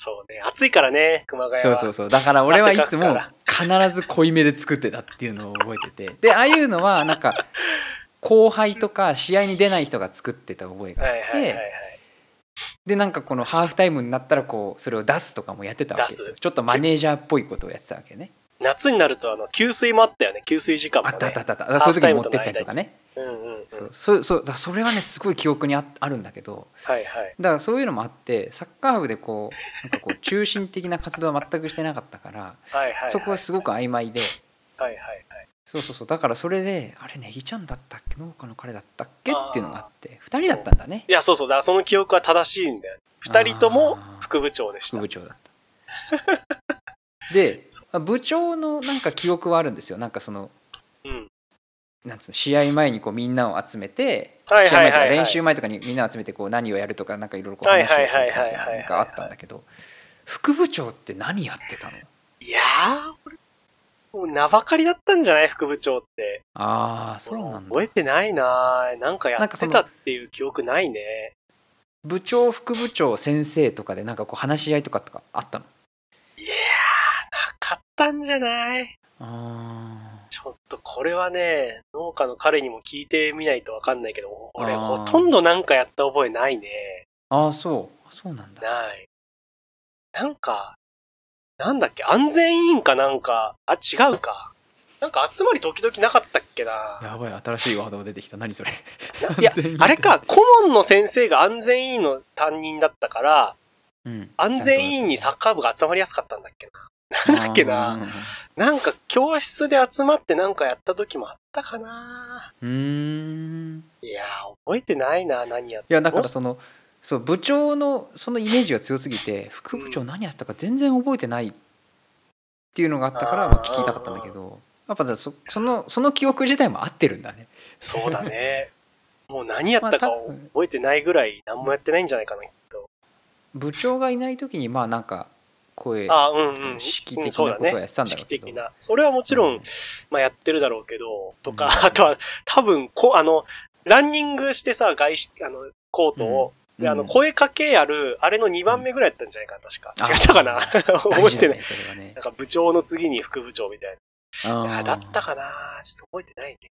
そうね、暑いからね、熊谷は。 そうそうそう。だから俺はいつも必ず濃いめで作ってたっていうのを覚えてて。で、ああいうのはなんか後輩とか試合に出ない人が作ってた覚えがあって、でなんかこのハーフタイムになったらこうそれを出すとかもやってたわけですよ。ちょっとマネージャーっぽいことをやってたわけね。 夏になるとあの給水もあったよね。給水時間もね。 あったあったあった。そういう時に持ってったりとかね。 うんうんうん、 そうそうそう。だからそれはねすごい記憶に あ, あるんだけど、 はいはい、 だからそういうのもあってサッカー部でこうなんかこう中心的な活動は全くしてなかったからはいはい、はい、 そこはすごく曖昧で、 はいはいはい、 そうそうそう。だからそれであれネギちゃんだったっけ農家の彼だったっけっていうのがあってふたりだったんだね。 いやそうそうだからその記憶は正しいんだよ。ふたりとも副部長でした。 副部長だったで部長のなんか記憶はあるんですよ。なんかその、うん、なんつうの試合前にこうみんなを集めて、はいはいはいはい、試合前とか練習前とかにみんなを集めてこう何をやるとかなんかいろいろ話をするとかなんかあったんだけど、副部長って何やってたの？ いやーもう名ばかりだったんじゃない？副部長って。 ああそうなんだ。 覚えてないな。なんかやってたっていう記憶ないね。 部長副部長先生とかでなんかこう話し合いとかとかあったの？ いやーなかったんじゃない？ あちょっとこれはね農家の彼にも聞いてみないと分かんないけど俺ほとんどなんかやった覚えないね。 ああそうそうなんだ。 ない。なんかなんだっけ安全委員かなんかあ違うかなんか集まり時々なかったっけな。 やばい新しいワードが出てきた。何それ。 いやあれか顧問の先生が安全委員の担任だったから、うん、安全委員にサッカー部が集まりやすかったんだっけな。なんだっけな。なんか教室で集まってなんかやった時もあったかな。 うーん。 いや覚えてないな何やった。 いやだからそのそう部長のそのイメージが強すぎて副部長何やってたか全然覚えてないっていうのがあったから、まあ、聞きたかったんだけど。やっぱ そ, そ, のその記憶自体も合ってるんだね。 そうだね。もう何やったか覚えてないぐらい何もやってないんじゃないかなきっと。 部長がいない時にまあなんか声あ、うんうん、 指揮的なことをやってたんだろうけど、 うん、そうだね、指揮的なそれはもちろん、うん、まあ、やってるだろうけどとか、うん、あとは多分こあのランニングしてさ外あのコートを、うん、であの声かけやるあれのにばんめぐらいやったんじゃないかな確か、うん、違ったかな覚えてない、ね、なんか部長の次に副部長みたいな。いやだったかなちょっと覚えてないね。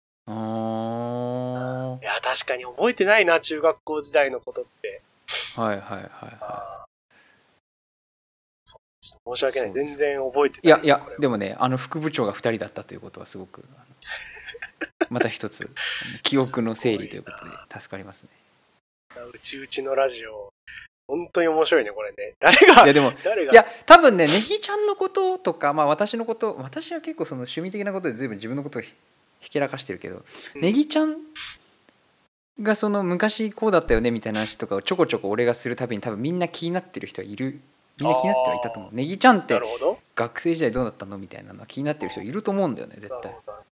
あいや確かに覚えてないな中学校時代のことって。 はいはいはいはい。 そうちょっと申し訳ない全然覚えてない。 いやいやでもねあの副部長がふたりだったということはすごくまた一つ記憶の整理ということで助かりますね。 うちうちのラジオ本当に面白いねこれね。誰がいやでも誰がいや多分ねネギちゃんのこととかまあ私のこと私は結構その趣味的なことで随分自分のことをひけらかしてるけど、うん、ネギちゃんがその昔こうだったよねみたいな話とかをちょこちょこ俺がするたびに多分みんな気になってる人はいる。みんな気になってはいたと思う。ネギちゃんって学生時代どうだったのみたいなのは気になってる人いると思うんだよね絶対。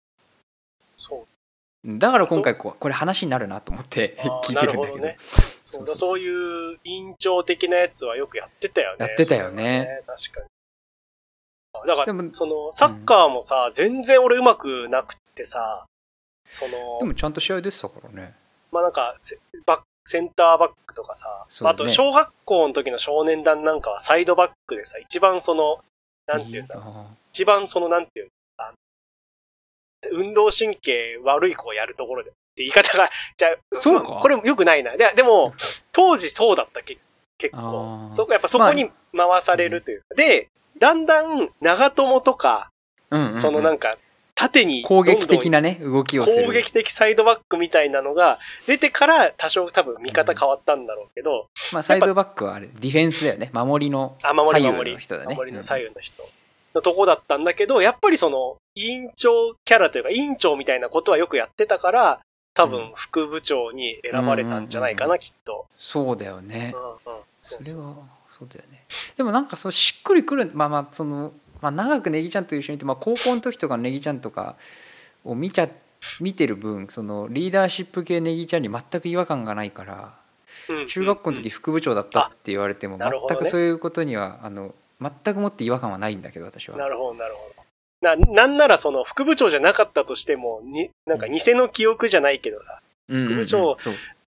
そうだから今回こうこれ話になるなと思って聞いてるんだけど。 ね、そうだそういう委員長的なやつはよくやってたよね。 やってたよね。 ね確かに。だからそのサッカーもさ、うん、全然俺うまくなくってさ、そのでもちゃんと試合出てたからね。 まあなんかバックセンターバックとかさ、ね、あと小学校の時の少年団なんかはサイドバックでさ一番そのなんていうんだ一番そのなんていうあ運動神経悪い子をやるところでって言い方がじゃあそうか、 まあ、これもよくないな。で, でも当時そうだったけ結構そこやっぱそこに回されるというか、まあ、でだんだん長友とか、うんうんうん、そのなんか縦に攻撃的なね動きをする攻撃的サイドバックみたいなのが出てから多少多分見方変わったんだろうけど、うん、 まあサイドバックはあれディフェンスだよね。守りの左右の人だね。 守りの左右の人のとこだったんだけど、やっぱりその委員長キャラというか委員長みたいなことはよくやってたから多分副部長に選ばれたんじゃないかな、うんうんうん、きっと。 そうだよね、 うんうん、そうそうそれはそうだよね。でもなんかそうしっくりくる。まあまあそのまあ、長くネギちゃんと一緒にいて、まあ、高校の時とかのネギちゃんとかを見ちゃ見てる分そのリーダーシップ系ネギちゃんに全く違和感がないから、うん、中学校の時副部長だったって言われても全くそういうことには、ね、あの全くもって違和感はないんだけど私は。 なるほどなるほど。な, なんならその副部長じゃなかったとしてもになんか偽の記憶じゃないけどさ、うん、副部長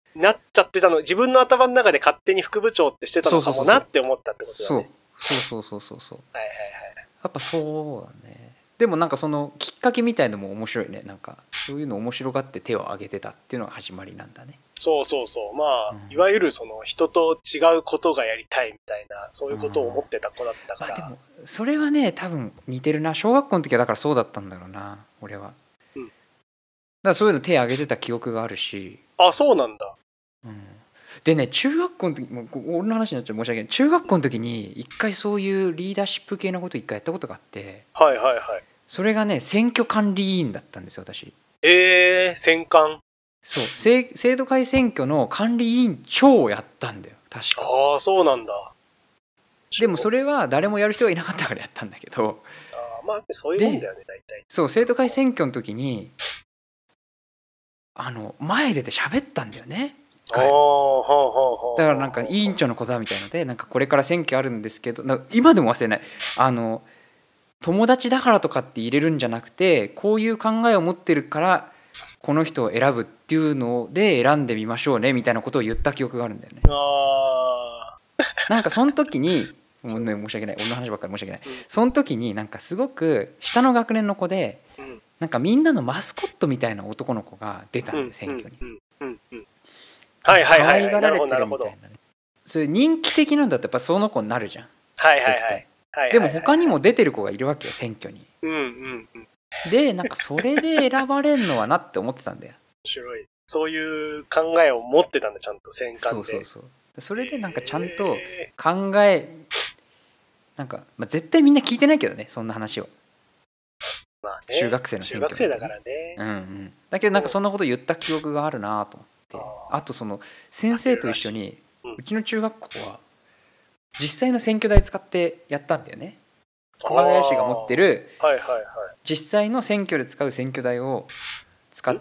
なっちゃってたの、自分の頭の中で勝手に副部長ってしてたのかもなって思ったってことだね。 そうそうそうそうそう。 はいはいはい。 やっぱそうだね。でもなんかそのきっかけみたいのも面白いね。なんかそういうの面白がって手を挙げてたっていうのが始まりなんだね。 そうそうそう。まあ、 うん、 いわゆるその人と違うことがやりたいみたいな、そういうことを思ってた子だったから。 まあ、でもそれはね、多分似てるな。小学校の時はだからそうだったんだろうな、俺は。うん、だからそういうの手挙げてた記憶があるし。 あ、そうなんだ。 うん、でね、中学校の時、もう俺の話になっちゃう申し訳ない。中学校の時に一回そういうリーダーシップ系のこと一回やったことがあって、 はいはいはい。 それがね、選挙管理委員だったんですよ、私。 えー、選管。 そう、制度会選挙の管理委員長をやったんだよ、確か。 ああ、そうなんだ。 でもそれは誰もやる人がいなかったからやったんだけど。 あ、まあそういうもんだよね、大体。 そう、生徒会選挙の時にあの前出て喋ったんだよね。だからなんか委員長の講座みたいので、なんかこれから選挙あるんですけど、今でも忘れない、あの友達だからとかって入れるんじゃなくて、こういう考えを持ってるからこの人を選ぶっていうので選んでみましょうねみたいなことを言った記憶があるんだよね。 あなんかその時にもうね、申し訳ない、俺の話ばっかり申し訳ない、うん、その時になんかすごく下の学年の子で、うん、なんかみんなのマスコットみたいな男の子が出たんで、選挙に。 はいはいはい、 可愛がられてるみたいなね。そういう人気的なんだとやっぱその子になるじゃん。 はいはいはい。 でも他にも出てる子がいるわけよ、選挙に。 うんうんうん。 で、なんかそれで選ばれんのはなって思ってたんだよ。 面白い。そういう考えを持ってたんだ、ちゃんと選管で。 そうそうそう。それでなんかちゃんと考え、なんか、まあ、絶対みんな聞いてないけどね、そんな話を。 まあね、 中学生の選挙、 ね、中学生だからね。 うんうん。だけどなんかそんなこと言った記憶があるなと思って。あ, あとその先生と一緒に、うちの中学校は実際の選挙台使ってやったんだよね。熊谷市が持ってる実際の選挙で使う選挙台を使って。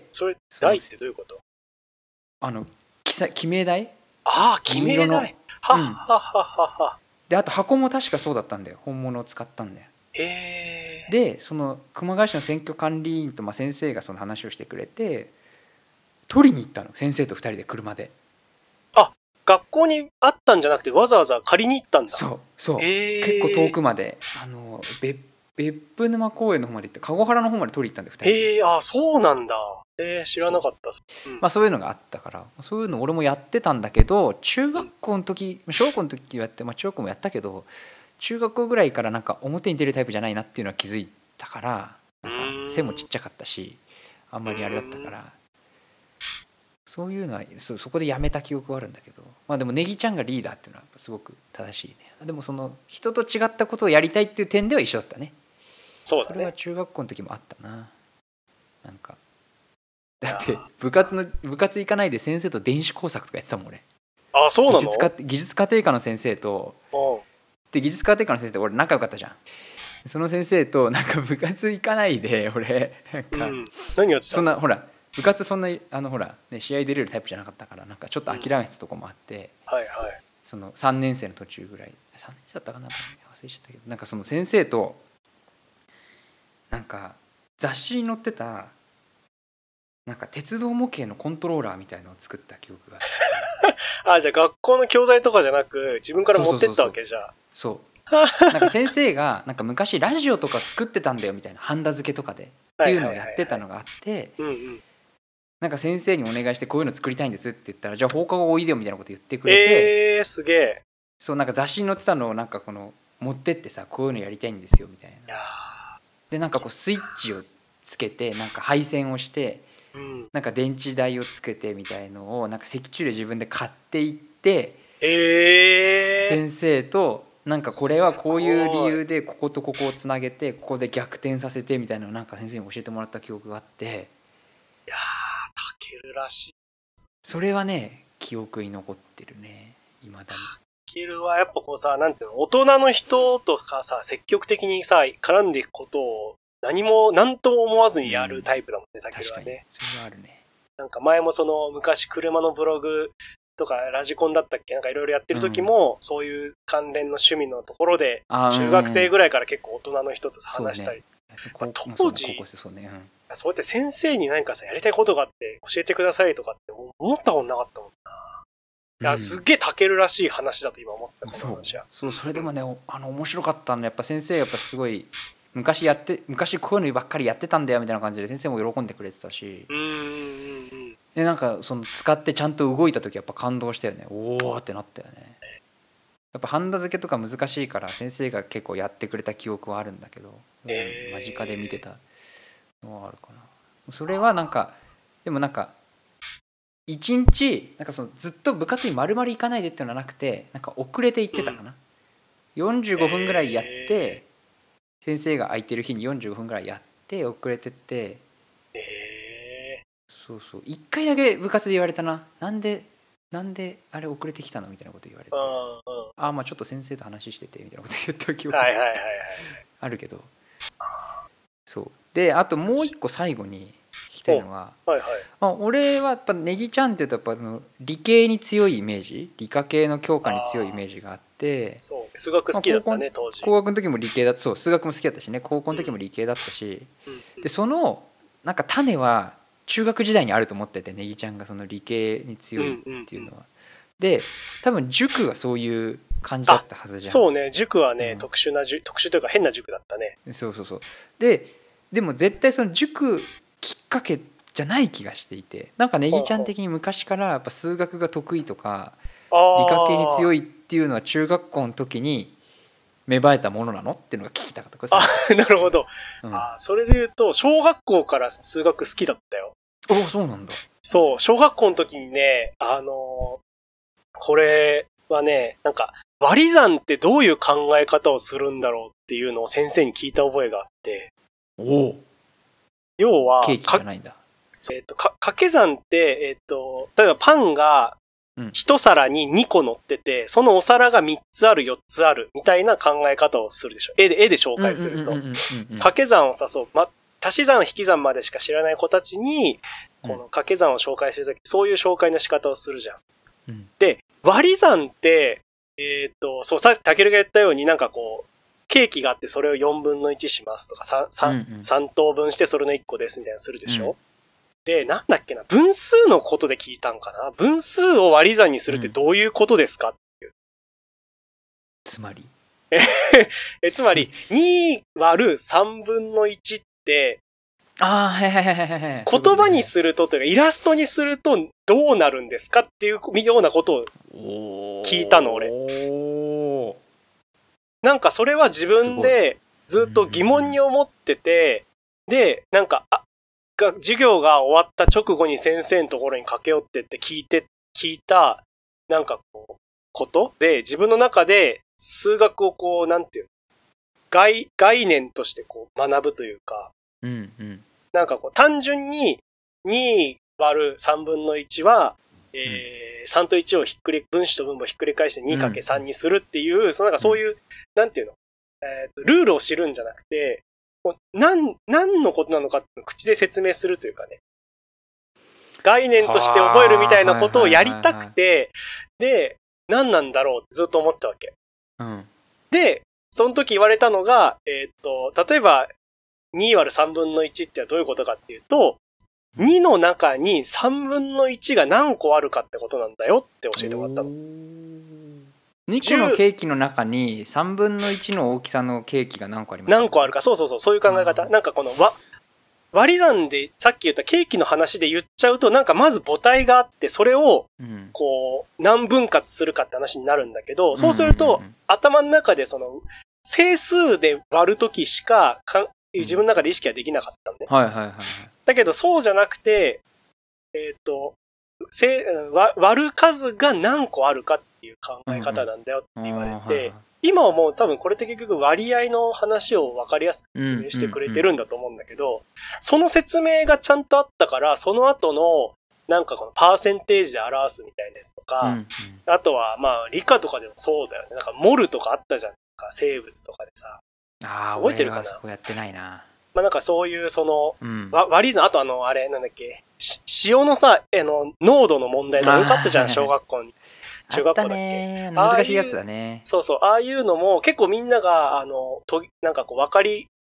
それ台ってどういうこと？ あの記名台。 ああ、記名台。はっはっはっは。 であと箱も確かそうだったんだよ。本物を使ったんだよ。 へえ。 でその熊谷市の選挙管理員と、まあ、先生がその話をしてくれて取りに行ったの、先生とふたりで車で。 あ、学校にあったんじゃなくてわざわざ借りに行ったんだ。 そうそう、結構遠くまで、あの別府沼公園の方まで行って、籠原の方まで取りに行ったんでふたりで。 へえ、あ、そうなんだ。えー、知らなかった。 そう、うん、まあ、そういうのがあったから、そういうの俺もやってたんだけど、中学校の時、小学校の時はやって、まあ、中学校もやったけど、中学校ぐらいからなんか表に出るタイプじゃないなっていうのは気づいたから、なんか背もちっちゃかったし、あんまりあれだったから、そういうのは そ, そこでやめた記憶はあるんだけど、まあでもネギちゃんがリーダーっていうのはすごく正しいね。でもその人と違ったことをやりたいっていう点では一緒だったね。 そうだね。 それは中学校の時もあったな。なんかだって部活の部活行かないで先生と電子工作とかやってたもん俺。 あ、そうなの？ 技術家技術家庭科の先生と、で技術家庭科の先生って俺仲良かったじゃん。その先生となんか部活行かないで俺なんか、うん、 何やってた？ そんなほら部活そんなあのほら、ね、試合出れるタイプじゃなかったから、なんかちょっと諦めてたとこもあって、 うん、はいはい、 そのさんねん生の途中ぐらい、さんねん生だったかな、忘れちゃったけど、なんかその先生となんか雑誌に載ってたなんか鉄道模型のコントローラーみたいのを作った記憶があるあ、じゃあ学校の教材とかじゃなく自分から持ってったわけじゃん。 そうなんか先生がなんか昔ラジオとか作ってたんだよみたいな、ハンダ付けとかでっていうのをやってたのがあって、なんか先生にお願いしてこういうの作りたいんですって言ったら、じゃあ放課後おいでよみたいなこと言ってくれて、 えー、すげえ。 そうなんか雑誌に載ってたのをなんかこの持ってってさ、こういうのやりたいんですよみたいな。いやでなんかこうスイッチをつけてなんか配線をして、うん、なんか電池台をつけてみたいのをなんか石中で自分で買っていって、 えー、 先生となんかこれはこういう理由でこことここをつなげてここで逆転させてみたいなのをなんか先生に教えてもらった記憶があって、 いやーたけるらしい。 それはね記憶に残ってるね、いまだに。 たけるはやっぱこうさ、なんていうの、大人の人とかさ積極的にさ絡んでいくことを何も何とも思わずにやるタイプだもんね、たけるはね。 それはあるね。 なんか前もその昔車のブログとかラジコンだったっけ、なんかいろいろやってる時も、うん、そういう関連の趣味のところで中学生ぐらいから結構大人の人と話したり、まあ、当時そう、ね、うん、そうやって先生に何かさやりたいことがあって教えてくださいとかって思思ったことなかったもんな。いや、すっげえタケルらしい話だと今思った、この話は。 そう、それでもね、あの面白かったんで、やっぱ先生やっぱすごい昔やって昔こういうのばっかりやってたんだよみたいな感じで先生も喜んでくれてたし、 うんうんうん、 でなんかその使ってちゃんと動いた時やっぱ感動したよね。おおってなったよね。やっぱハンダ付けとか難しいから先生が結構やってくれた記憶はあるんだけど、えー、間近で見てたのはあるかな。それはなんかでもなんか一日なんかそのずっと部活に丸々行かないでっていうのはなくて、なんか遅れて行ってたかな、うん、よんじゅうごふんぐらいやって、えー、先生が空いてる日によんじゅうごふんぐらいやって遅れてって、えー、そうそういっかいだけ部活で言われたな。なんでなんであれ遅れてきたのみたいなこと言われて、ああまあちょっと先生と話しててみたいなこと言った記憶あるけど、そうであともう一個最後に聞きたいのが、はいはい、まあ、俺はやっぱネギちゃんっていうとやっぱ理系に強いイメージ、理科系の教科に強いイメージがあって、 そう数学好きだったね、まあ、当時。 高学の時も理系だった、そう数学も好きだったしね、高校の時も理系だったし、うん、でそのなんか種は中学時代にあると思ってて、ネギちゃんがその理系に強いっていうのは、うんうんうん、で多分塾はそういう感じだったはずじゃん。 そうね、塾はね、うん、特殊な特殊というか変な塾だったね。 そうそうそう。ででも絶対その塾きっかけじゃない気がしていて、なんかネギちゃん的に昔からやっぱ数学が得意とか理科系に強いっていうのは中学校の時に芽生えたものなのっていうのが聞きたかった。 あ、なるほど、うん、あそれで言うと小学校から数学好きだったよ。 お、そうなんだ。 そう小学校の時にね、あのー、これはね、なんか割り算ってどういう考え方をするんだろうっていうのを先生に聞いた覚えがあって、お要はケーキじゃないんだ。 えっと、か掛け算って、えっと、例えばパンが一皿ににこ乗ってて、うん、そのお皿がみっつあるよっつあるみたいな考え方をするでしょ。絵で、絵で紹介すると。掛け算をさ、そう、ま、足し算引き算までしか知らない子たちに、この掛け算を紹介するとき、そういう紹介の仕方をするじゃん。うん、で、割り算って、えっと、そう、さっきたけるが言ったようになんかこう、ケーキがあってそれをよんぶんのいちしますとか 3, 3, うんうん、さん等分してそれのいっこですみたいなするでしょ、うん、で、なんだっけな、分数のことで聞いたんかな、分数を割り算にするってどういうことですかっていう。 つまりえつまりに割るさんぶんのいちって、 あはいはいはいはい、 言葉にするとというかイラストにするとどうなるんですかっていうようなことを聞いたの俺。なんかそれは自分でずっと疑問に思ってて、で、なんか、あ、が、授業が終わった直後に先生のところに駆け寄ってって聞いて、聞いた、なんかこう、ことで、自分の中で数学をこう、なんていう、概、概念としてこう学ぶというか、うんうん、なんかこう、単純にに割るさんぶんのいちは、えーうん、さんといちをひっくり、分子と分母をひっくり返して にかけるさん にするっていう、うん、そのなんかそういう、うん、なんていうの、えーと、ルールを知るんじゃなくて、なん、何のことなのかって口で説明するというかね、概念として覚えるみたいなことをやりたくて、で、何なんだろうってずっと思ったわけ。うん、で、その時言われたのが、えーと、例えば、に割るさんぶんのいちってどういうことかっていうと、にの中にさんぶんのいちが何個あるかってことなんだよって教えてもらったの。 にこのケーキの中にさんぶんのいちの大きさのケーキが何個ありますか？ 何個あるか、そうそうそう、そういう考え方。なんかこのわ割り算でさっき言ったケーキの話で言っちゃうと、なんかまず母体があって、それをこう何分割するかって話になるんだけど、そうすると頭の中でその整数で割るときしかか自分の中で意識はできなかったんで、ね。 はいはいはい。 だけどそうじゃなくて、えっと、割る数が何個あるかっていう考え方なんだよって言われて、うんうん、今はもう多分これって結局割合の話を分かりやすく説明してくれてるんだと思うんだけど、うんうんうん、その説明がちゃんとあったから、その後のなんかこのパーセンテージで表すみたいですとか、うんうん、あとはまあ理科とかでもそうだよね。なんかモルとかあったじゃんか、生物とかでさ。 ああ、覚えてるかな。俺はそこやってないな。 まあなんかそういうその、うん、割り算、あとあのあれなんだっけ、塩のさ、あの濃度の問題とかよかったじゃん、小学校に。中学校だっけ。 ね、難しいやつだね。 そうそう、ああいうのも結構みんながあのとなんかこう分かり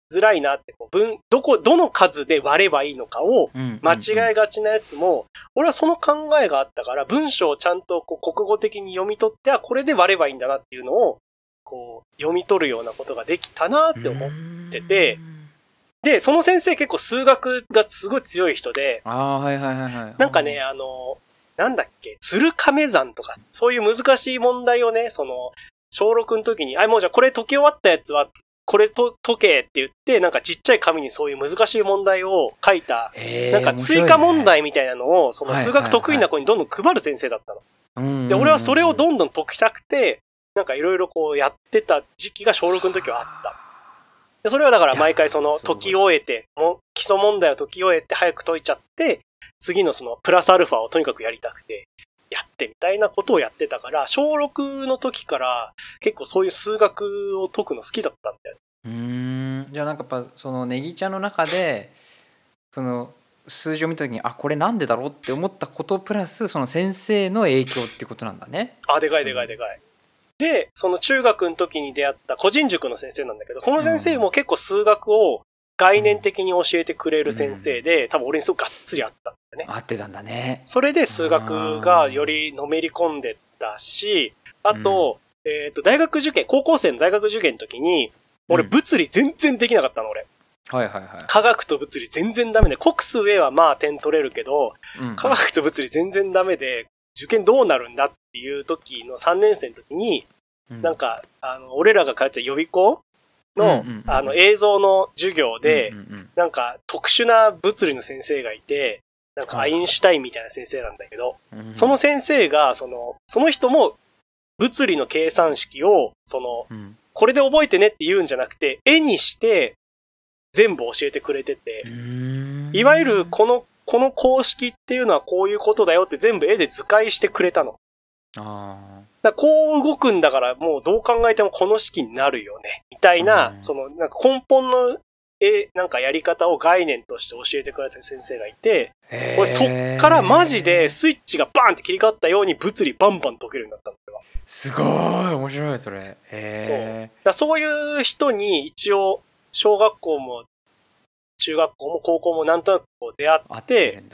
づらいなって、こう文、どこ、どの数で割ればいいのかを間違いがちなやつも、俺はその考えがあったから、文章をちゃんとこう国語的に読み取って、あ、これで割ればいいんだなっていうのを、こう、読み取るようなことができたなって思ってて、で、その先生結構数学がすごい強い人で、 ああ、はいはいはいはい。 なんかね、あの、なんだっけ、鶴亀山とか、そういう難しい問題をね、その、小ろくの時に、あ、もうじゃあこれ解き終わったやつは、これと解けって言って、なんかちっちゃい紙にそういう難しい問題を書いた、なんか追加問題みたいなのを、その数学得意な子にどんどん配る先生だったの。で、俺はそれをどんどん解きたくて、なんかいろいろこうやってた時期が小ろくの時はあった。でそれはだから毎回その解き終えて、もう基礎問題を解き終えて早く解いちゃって、次のそのプラスアルファをとにかくやりたくて、やってみたいなことをやってたから、小ろくの時から結構そういう数学を解くの好きだったんだよね。 うーん、じゃあなんかやっぱそのネギちゃんの中でその数字を見た時に、あ、これなんでだろうって思ったことプラスその先生の影響ってことなんだね。 あ、でかいでかいでかい。で、その中学の時に出会った個人塾の先生なんだけど、その先生も結構数学を概念的に教えてくれる先生で、多分俺にすごくがっつりあったんだよね。 合ってたんだね。 それで数学がよりのめり込んでったし、あと、うん、えっと、大学受験、高校生の大学受験の時に、俺物理全然できなかったの、俺。 はいはいはい。 科学と物理全然ダメで、国数 A はまあ点取れるけど、うんうん、科学と物理全然ダメで、受験どうなるんだっていう時のさんねん生の時に、うん、なんか、あの、俺らが通ってた予備校の、うんうんうん、あの、映像の授業で、うんうんうん、なんか特殊な物理の先生がいて、なんかアインシュタインみたいな先生なんだけど、はいはい、その先生が、その、その人も物理の計算式を、その、うん、これで覚えてねって言うんじゃなくて、絵にして全部教えてくれてて、いわゆるこの、この公式っていうのはこういうことだよって全部絵で図解してくれたの。あだこう動くんだからもうどう考えてもこの式になるよね。みたいな、そのなんか根本の絵、なんかやり方を概念として教えてくれた先生がいて、俺そっからマジでスイッチがバーンって切り替わったように物理バンバン解けるようになったんだよ。 すごい面白いそれ。 へそうだそういう人に一応小学校も中学校も高校もなんとなくこう出会って、うん、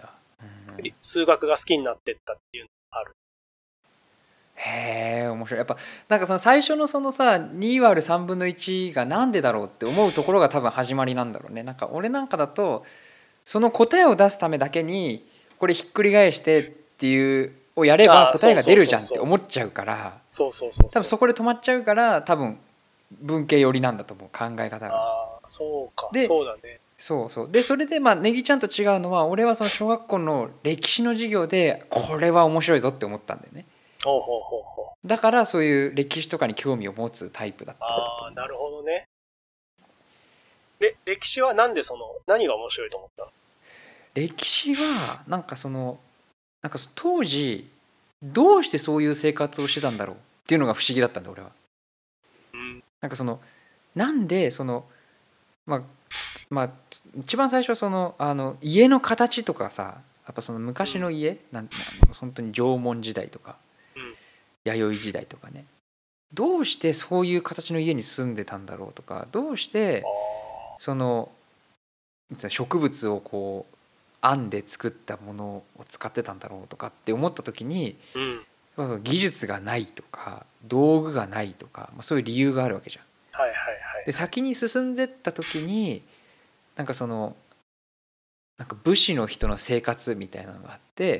数学が好きになってったっていうのがある。 へえ面白い。やっぱなんかその最初のそのさにわるさんぶんのいちがなんでだろうって思うところが多分始まりなんだろうね。なんか俺なんかだとその答えを出すためだけにこれひっくり返してっていうをやれば答えが出るじゃんって思っちゃうから多分そこで止まっちゃうから多分文系寄りなんだと思う考え方が。 あそうかでそうだね。 そうそうでそれでまあネギちゃんと違うのは俺はその小学校の歴史の授業でこれは面白いぞって思ったんだよね。 ほうほうほうほうだからそういう歴史とかに興味を持つタイプだったああなるほどね。で歴史はなんでその何が面白いと思ったの？ 歴史はなんかそのなんか当時どうしてそういう生活をしてたんだろうっていうのが不思議だったんだ俺は。うん、なんかそのなんでそのまあまあ一番最初はそのあの家の形とかさやっぱその昔の家、うん、なん本当に縄文時代とか、うん、弥生時代とかねどうしてそういう形の家に住んでたんだろうとかどうしてその植物をこう編んで作ったものを使ってたんだろうとかって思った時に、うん、技術がないとか道具がないとか、まあ、そういう理由があるわけじゃん。 はいはいはい、 で先に進んでった時になんかそのなんか武士の人の生活みたいなのがあって、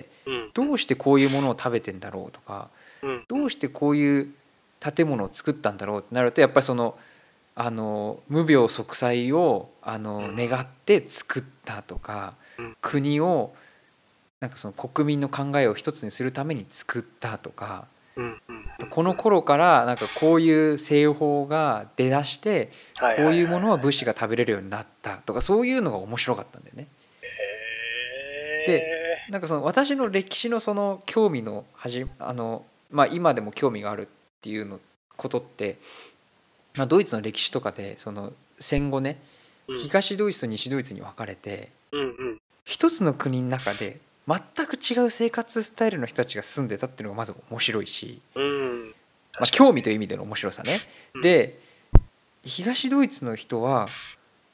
うん、どうしてこういうものを食べてんだろうとか、うん、どうしてこういう建物を作ったんだろうってなるとやっぱりそのあの無病息災をあの願って作ったとか、うん、国をなんかその国民の考えを一つにするために作ったとか、うん、この頃からなんかこういう製法が出だしてこういうものは武士が食べれるようになったとかそういうのが面白かったんだよね。でなんかその私の歴史のその興味の始あの、まあ、今でも興味があるっていうのことって、まあ、ドイツの歴史とかでその戦後ね、うん、東ドイツと西ドイツに分かれて、うんうん、一つの国の中で全く違う生活スタイルの人たちが住んでたっていうのがまず面白いし、うんまあ、興味という意味での面白さね、うん、で東ドイツの人は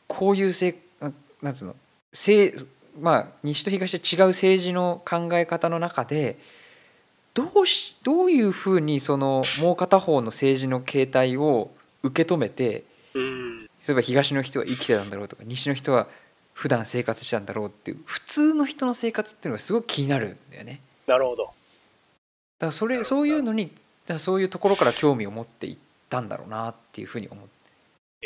こういうせなんつうのせまあ西と東で違う政治の考え方の中でどうしどういうふうにそのもう片方の政治の形態を受け止めて、 うん、 例えば東の人は生きてたんだろうとか西の人は普段生活してたんだろうっていう普通の人の生活っていうのがすごく気になるんだよね。 なるほど。 だからそれそういうのにだからそういうところから興味を持っていったんだろうなっていうふうに思って。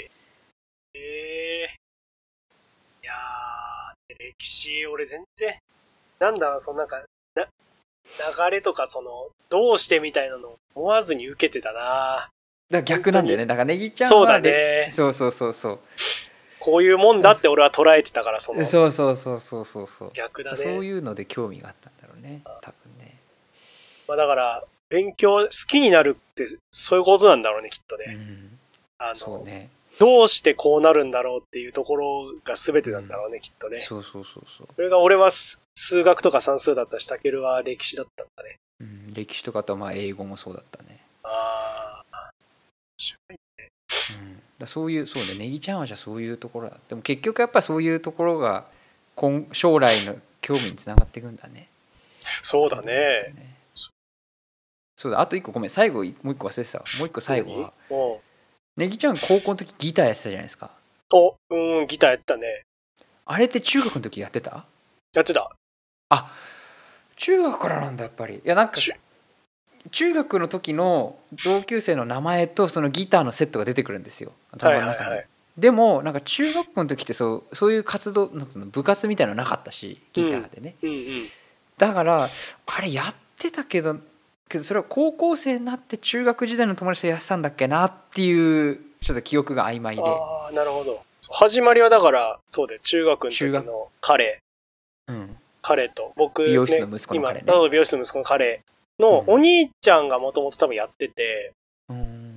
ええー、いやー歴史俺全然なんだろうそのなんかな流れとかそのどうしてみたいなのを思わずに受けてたな。 だから逆なんだよね。だからネギちゃんはそうだね。 そうそうそうそうこういうもんだって俺は捉えてたからそのそうそうそうそうそうそう逆だね。 そういうので興味があったんだろうね多分ね。 まあだから勉強好きになるってそういうことなんだろうねきっとね。 うん、 あのそうね。 どうしてこうなるんだろうっていうところが全てなんだろうね、うん、きっとね。 そうそうそうそう。 それが俺は数学とか算数だったし、たけるは歴史だったんだね。 うん、歴史とかとまあ英語もそうだったね。 ああ、面白いね。 うん、だそういうそうね、ネギちゃんはじゃあそういうところだ。でも結局やっぱそういうところが今将来の興味につながっていくんだね。 そうだね。 そうだ、あと一個ごめん、最後もう一個忘れてたわ。もう一個最後は。ネギちゃん高校の時ギターやってたじゃないですか。 お、うん、ギターやってたね。 あれって中学の時やってた？ やってた。 あ、中学からなんだやっぱり。いやなんか中学の時の同級生の名前とそのギターのセットが出てくるんですよ、頭の中に。はいはいはい、でもなんか中学校の時ってそうそういう活動なんつうの部活みたいなのなかったし、ギターでね。 うんうんうん、 だからあれやってたけど。けどそれは高校生になって中学時代の友達とやってたんだっけなっていうちょっと記憶が曖昧で。 ああなるほど。始まりはだからそうで中学の時の彼、うん、彼と僕、ね、 美容室の息子の彼ね。 今美容室の息子の彼のお兄ちゃんがもともと多分やってて、うん、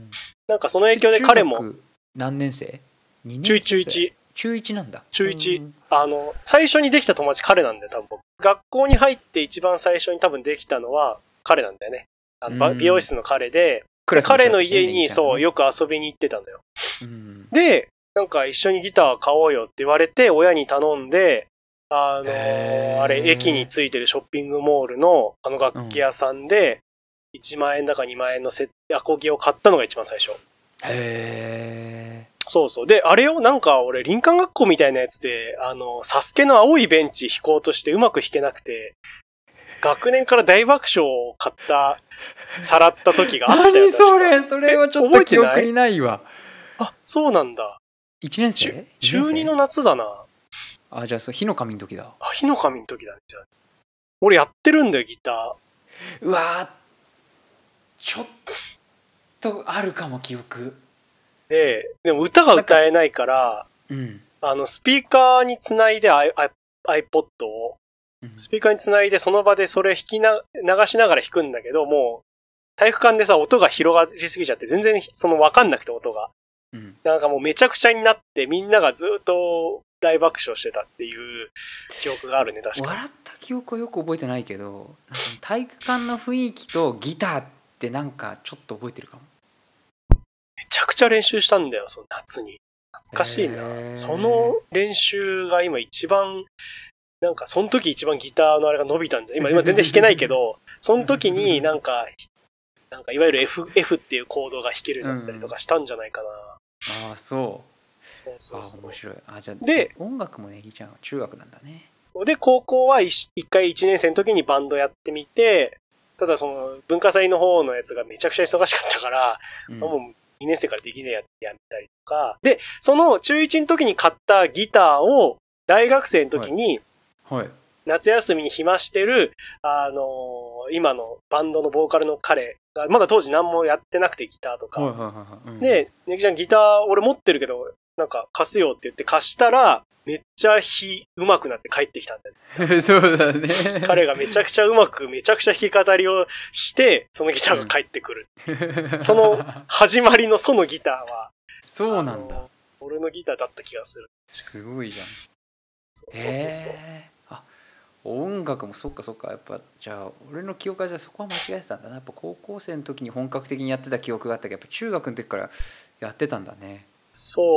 なんかその影響で彼も何年生？にねん生中いち中いちなんだ。 中いち、あの最初にできた友達彼なんだよ多分僕。学校に入って一番最初に多分できたのは彼なんだよね。あの美容室の彼で、うん、彼の家にそうよく遊びに行ってたんだよ、うん、でなんか一緒にギター買おうよって言われて親に頼んであのー、あれ駅についてるショッピングモールのあの楽器屋さんでいちまんえんだかにまんえんのセアコギを買ったのが一番最初。 へー。 そうそう。で、あれをなんか俺林間学校みたいなやつであのサスケの青いベンチ弾こうとしてうまく弾けなくて学年から大爆笑を買ったさらった時があったよ。 何それそれはちょっと記憶にないわ。 あ、そうなんだ。 いちねん生？ 中にの夏だな。 あ、じゃあそう火の神の時だ。 あ、火の神の時だね。じゃあ俺やってるんだよギター。うわー、ちょっとあるかも記憶。 で、でも歌が歌えないから、うん、あのスピーカーにつないで iPod をスピーカーにつないでその場でそれ弾きな流しながら弾くんだけど、もう体育館でさ音が広がりすぎちゃって全然その分かんなくて音が、うん、なんかもうめちゃくちゃになってみんながずっと大爆笑してたっていう記憶があるね。確かに笑った記憶はよく覚えてないけど、なんか体育館の雰囲気とギターってなんかちょっと覚えてるかも。 めちゃくちゃ練習したんだよその夏に。懐かしいな、えー、その練習が今一番なんかその時一番ギターのあれが伸びたんじゃ今今全然弾けないけどその時になんかなんかいわゆる F, F っていうコードが弾けるようになったりとかしたんじゃないかな、 うん、ああそうそうそうそう。 あ面白い。あじゃあで音楽もねぎちゃんは中学なんだね。 そうで高校は一回いちねん生の時にバンドやってみて、ただその文化祭の方のやつがめちゃくちゃ忙しかったから、うん、もうにねん生からできねえやってやめたりとかで、その中いちの時に買ったギターを大学生の時に、はいはい、夏休みに暇してる、あのー、今のバンドのボーカルの彼が、まだ当時何もやってなくてギターとか。はいはいはいうん、で、ネギちゃんギター俺持ってるけど、なんか貸すよって言って貸したら、めっちゃ弾上手くなって帰ってきたんだよね。 そうだね。 彼がめちゃくちゃ上手く、めちゃくちゃ弾き語りをして、そのギターが帰ってくる。うん、その始まりのそのギターは、 そうなんだ。 俺のギターだった気がする。 すごいじゃん。 そうそうそうそう。 あ、音楽もそっかそっか。やっぱじゃあ俺の記憶はじゃあそこは間違えてたんだな。やっぱ高校生の時に本格的にやってた記憶があったけど、やっぱ中学の時からやってたんだね。 そう。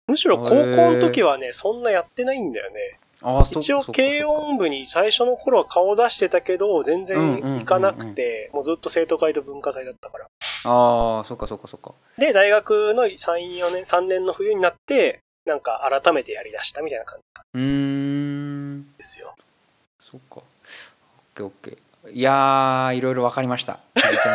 むしろ高校の時はね、そんなやってないんだよね。 あそ一応軽音部に最初の頃は顔出してたけど全然行かなくて、もうずっと生徒会と文化祭だったから。 ああ、そっかそっかそっか。 で大学のさん、よねんさんねんの冬になってなんか改めてやりだしたみたいな感じか。 うーんですよ。 そっか。オッケーオッケー。いやー、いろいろ分かりました。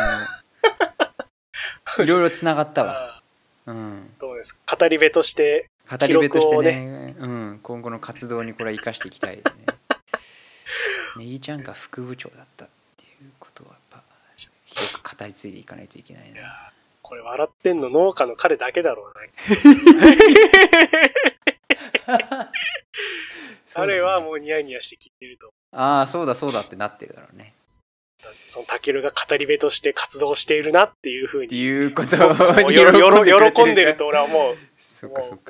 いろいろつながったわ。うん。 どうですか。語り部として語り部としてね、うん、今後の活動にこれは生かしていきたいですね。ネギちゃんが副部長だったっていうことはやっぱ広く語り継いでいかないといけないな。いやこれ笑ってんの農家の彼だけだろうね。彼はもうニヤニヤして聞いてると。 ああ、そうだそうだってなってるだろうね。 そのタケルが語り部として活動しているなっていうふうに。 っていうことを喜んでると俺は思う。 そっかそっか。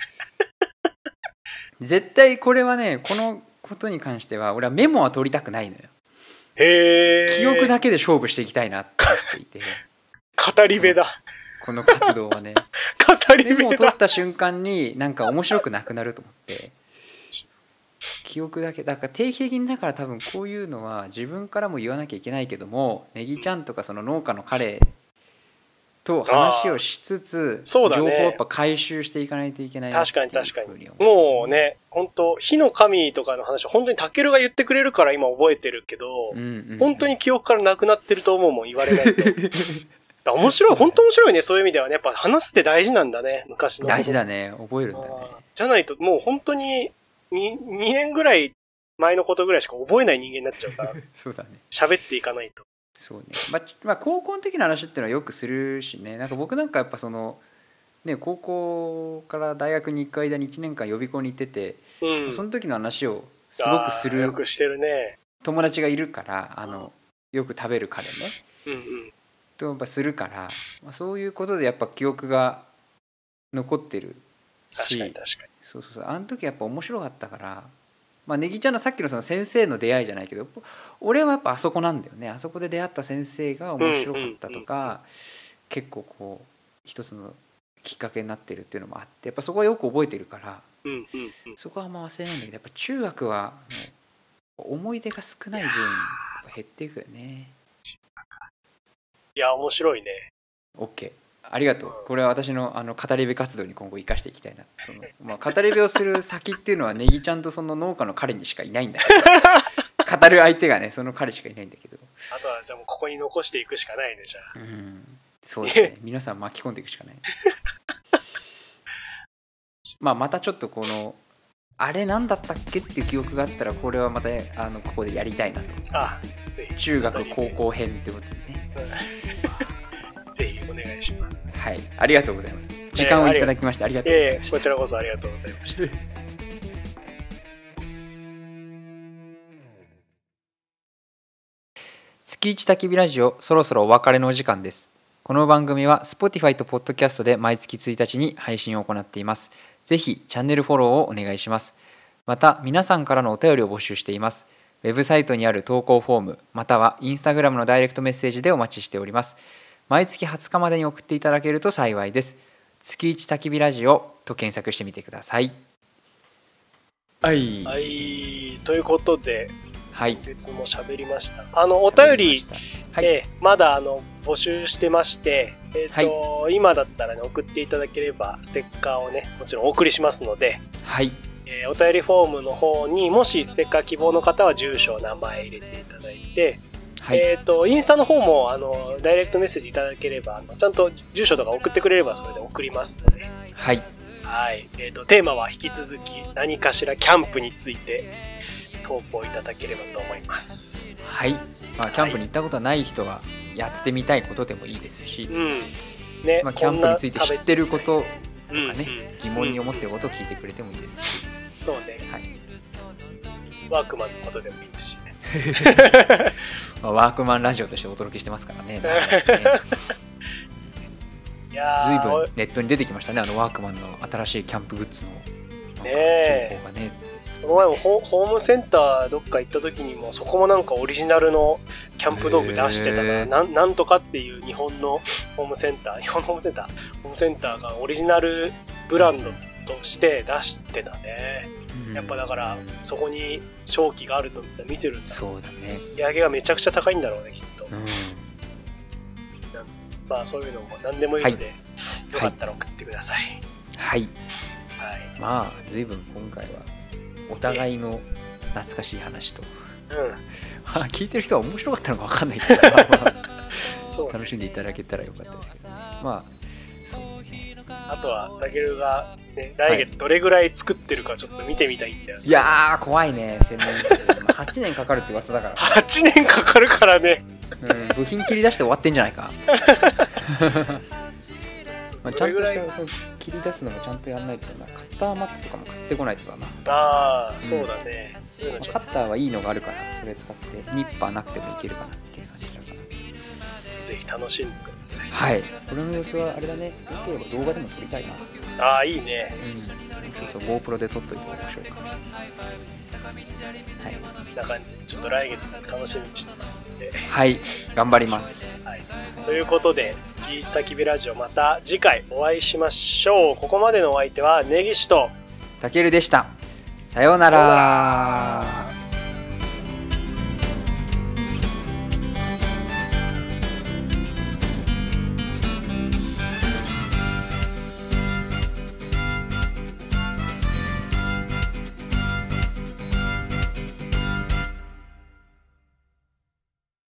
絶対これはね、このことに関しては俺はメモは取りたくないのよ。 へー。 記憶だけで勝負していきたいなって思っていて。 語り部だ。 この活動はね。 語り部だ。 メモを取った瞬間になんか面白くなくなると思って。記憶だけだから定期的にだから多分こういうのは自分からも言わなきゃいけないけども、ネギちゃんとかその農家の彼と話をしつつ、情報をやっぱ回収していかないといけないなっていう。 確かに確かに。もうね、本当火の神とかの話本当にタケルが言ってくれるから今覚えてるけど、うんうんうん、本当に記憶からなくなってると思うもん、言われないと。面白い、本当面白いね、そういう意味ではね。やっぱ話すって大事なんだね、昔の。 大事だね、覚えるんだね。 じゃないともう本当に 2, 2年ぐらい前のことぐらいしか覚えない人間になっちゃうから。 そうだね。 喋っていかないと。 そうね。まあ、まあ、高校の時の話っていうのはよくするしね。なんか僕なんかやっぱそのね、高校から大学に行く間にいちねんかん予備校に行ってて、うん、その時の話をすごくするよくしてるね。 友達がいるから、あのよく食べる彼ね。 うんうん。 とやっぱするから、まあ、そういうことでやっぱ記憶が残ってるし。 確かに確かに。 そうそうそう。あの時やっぱ面白かったから。まあ、ネギちゃんのさっきのその先生の出会いじゃないけど、俺はやっぱあそこなんだよね。あそこで出会った先生が面白かったとか、うんうんうん、結構こう一つのきっかけになってるっていうのもあって、やっぱそこはよく覚えてるから、 うんうんうん、 そこはあんま忘れないんだけど、やっぱ中学は思い出が少ない分減っていくよね。 いや面白いね。 OK、ありがとう。これは私のあの語り部活動に今後生かしていきたいな。その、まあ、語り部をする先っていうのはネギちゃんとその農家の彼にしかいないんだから語る相手がね、その彼しかいないんだけど、 あとはじゃあもうここに残していくしかないね。じゃあ、うん、 そうですね。皆さん巻き込んでいくしかないまあまたちょっとこのあれ何だったっけっていう記憶があったら、これはまたあのここでやりたいなと。あ中学高校編ってことでね、 ぜひお願いします。 はい、ありがとうございます。時間をいただきましてありがとうございました。 こちらこそありがとうございました。 月一焚き火ラジオ、そろそろお別れのお時間です。この番組は Spotify と Podcast で毎月ついたちに配信を行っています。ぜひチャンネルフォローをお願いします。また皆さんからのお便りを募集しています。ウェブサイトにある投稿フォーム、または Instagram のダイレクトメッセージでお待ちしております。毎月はつかまでに送っていただけると幸いです。月一焚き火ラジオと検索してみてください。はい、 はい、ということで、 はい、 別も喋りました。あのお便り、はい、えー、まだあの募集してまして、えーとはい、今だったら、ね、送っていただければステッカーをねもちろんお送りしますので、 はい、 えー、お便りフォームの方にもしステッカー希望の方は住所名前入れていただいて、はい、えーとインスタの方もあのダイレクトメッセージいただければ、あのちゃんと住所とか送ってくれればそれで送りますので、 はい、 はい、えーとテーマは引き続き何かしらキャンプについて投稿いただければと思います。 はい、まあ、キャンプに行ったことはない人はやってみたいことでもいいですし、 うんね、 まあ、キャンプについて知ってることとかね、うんうん、疑問に思っていることを聞いてくれてもいいですし、 そうね、はい、ワークマンのことでもいいですしねまあ、ワークマンラジオとしてお届けしてますからね。いやずいぶんネットに出てきましたね、あのワークマンの新しいキャンプグッズの情報がね。 この前もホームセンターどっか行った時にもそこもなんかオリジナルのキャンプ道具出してたから、な ん, なんとかっていう日本のホームセンター日本のホームセンターホームセンターがオリジナルブランドとして出してたね、うん、やっぱだからそこに勝機があると見てるんだ。 そうだね。 売り上げがめちゃくちゃ高いんだろうねきっと、うん、まあそういうのも何でもいいので、はい、よかったら送ってください。 はい、 はい、 まあ随分今回はお互いの懐かしい話と、うん、聞いてる人は面白かったのか分かんないけどそう、ね、楽しんでいただけたらよかったですけど、ね、まあそうね。 あとはたけるが、ね、来月どれぐらい作ってるかちょっと見てみたいんだよ、ね、 いやー怖いね。専門はちねんかかるって噂だからはちねんかかるからね、 うん、部品切り出して終わってんじゃないかまあちゃんとしたその切り出すのもちゃんとやんないとな。カッターマットとかも買ってこないとだな。 ああ、うん、そうだね。そういうのちょっとカッターはいいのがあるからそれ使ってニッパーなくてもいけるかなっていう感じだから、 ぜひ楽しんでください。 はい。これの様子はあれだね。よければ動画でも撮りたいな。 ああ、いいね。 うん。そうそう、GoPro で撮っといても面白いかな。はい。 こんな感じで、ちょっと来月も楽しみにしてますので。 はい。頑張ります。 はい。ということで、月一焚き火ラジオ、また次回お会いしましょう。ここまでのお相手は、根岸と、 たけるでした。さようなら。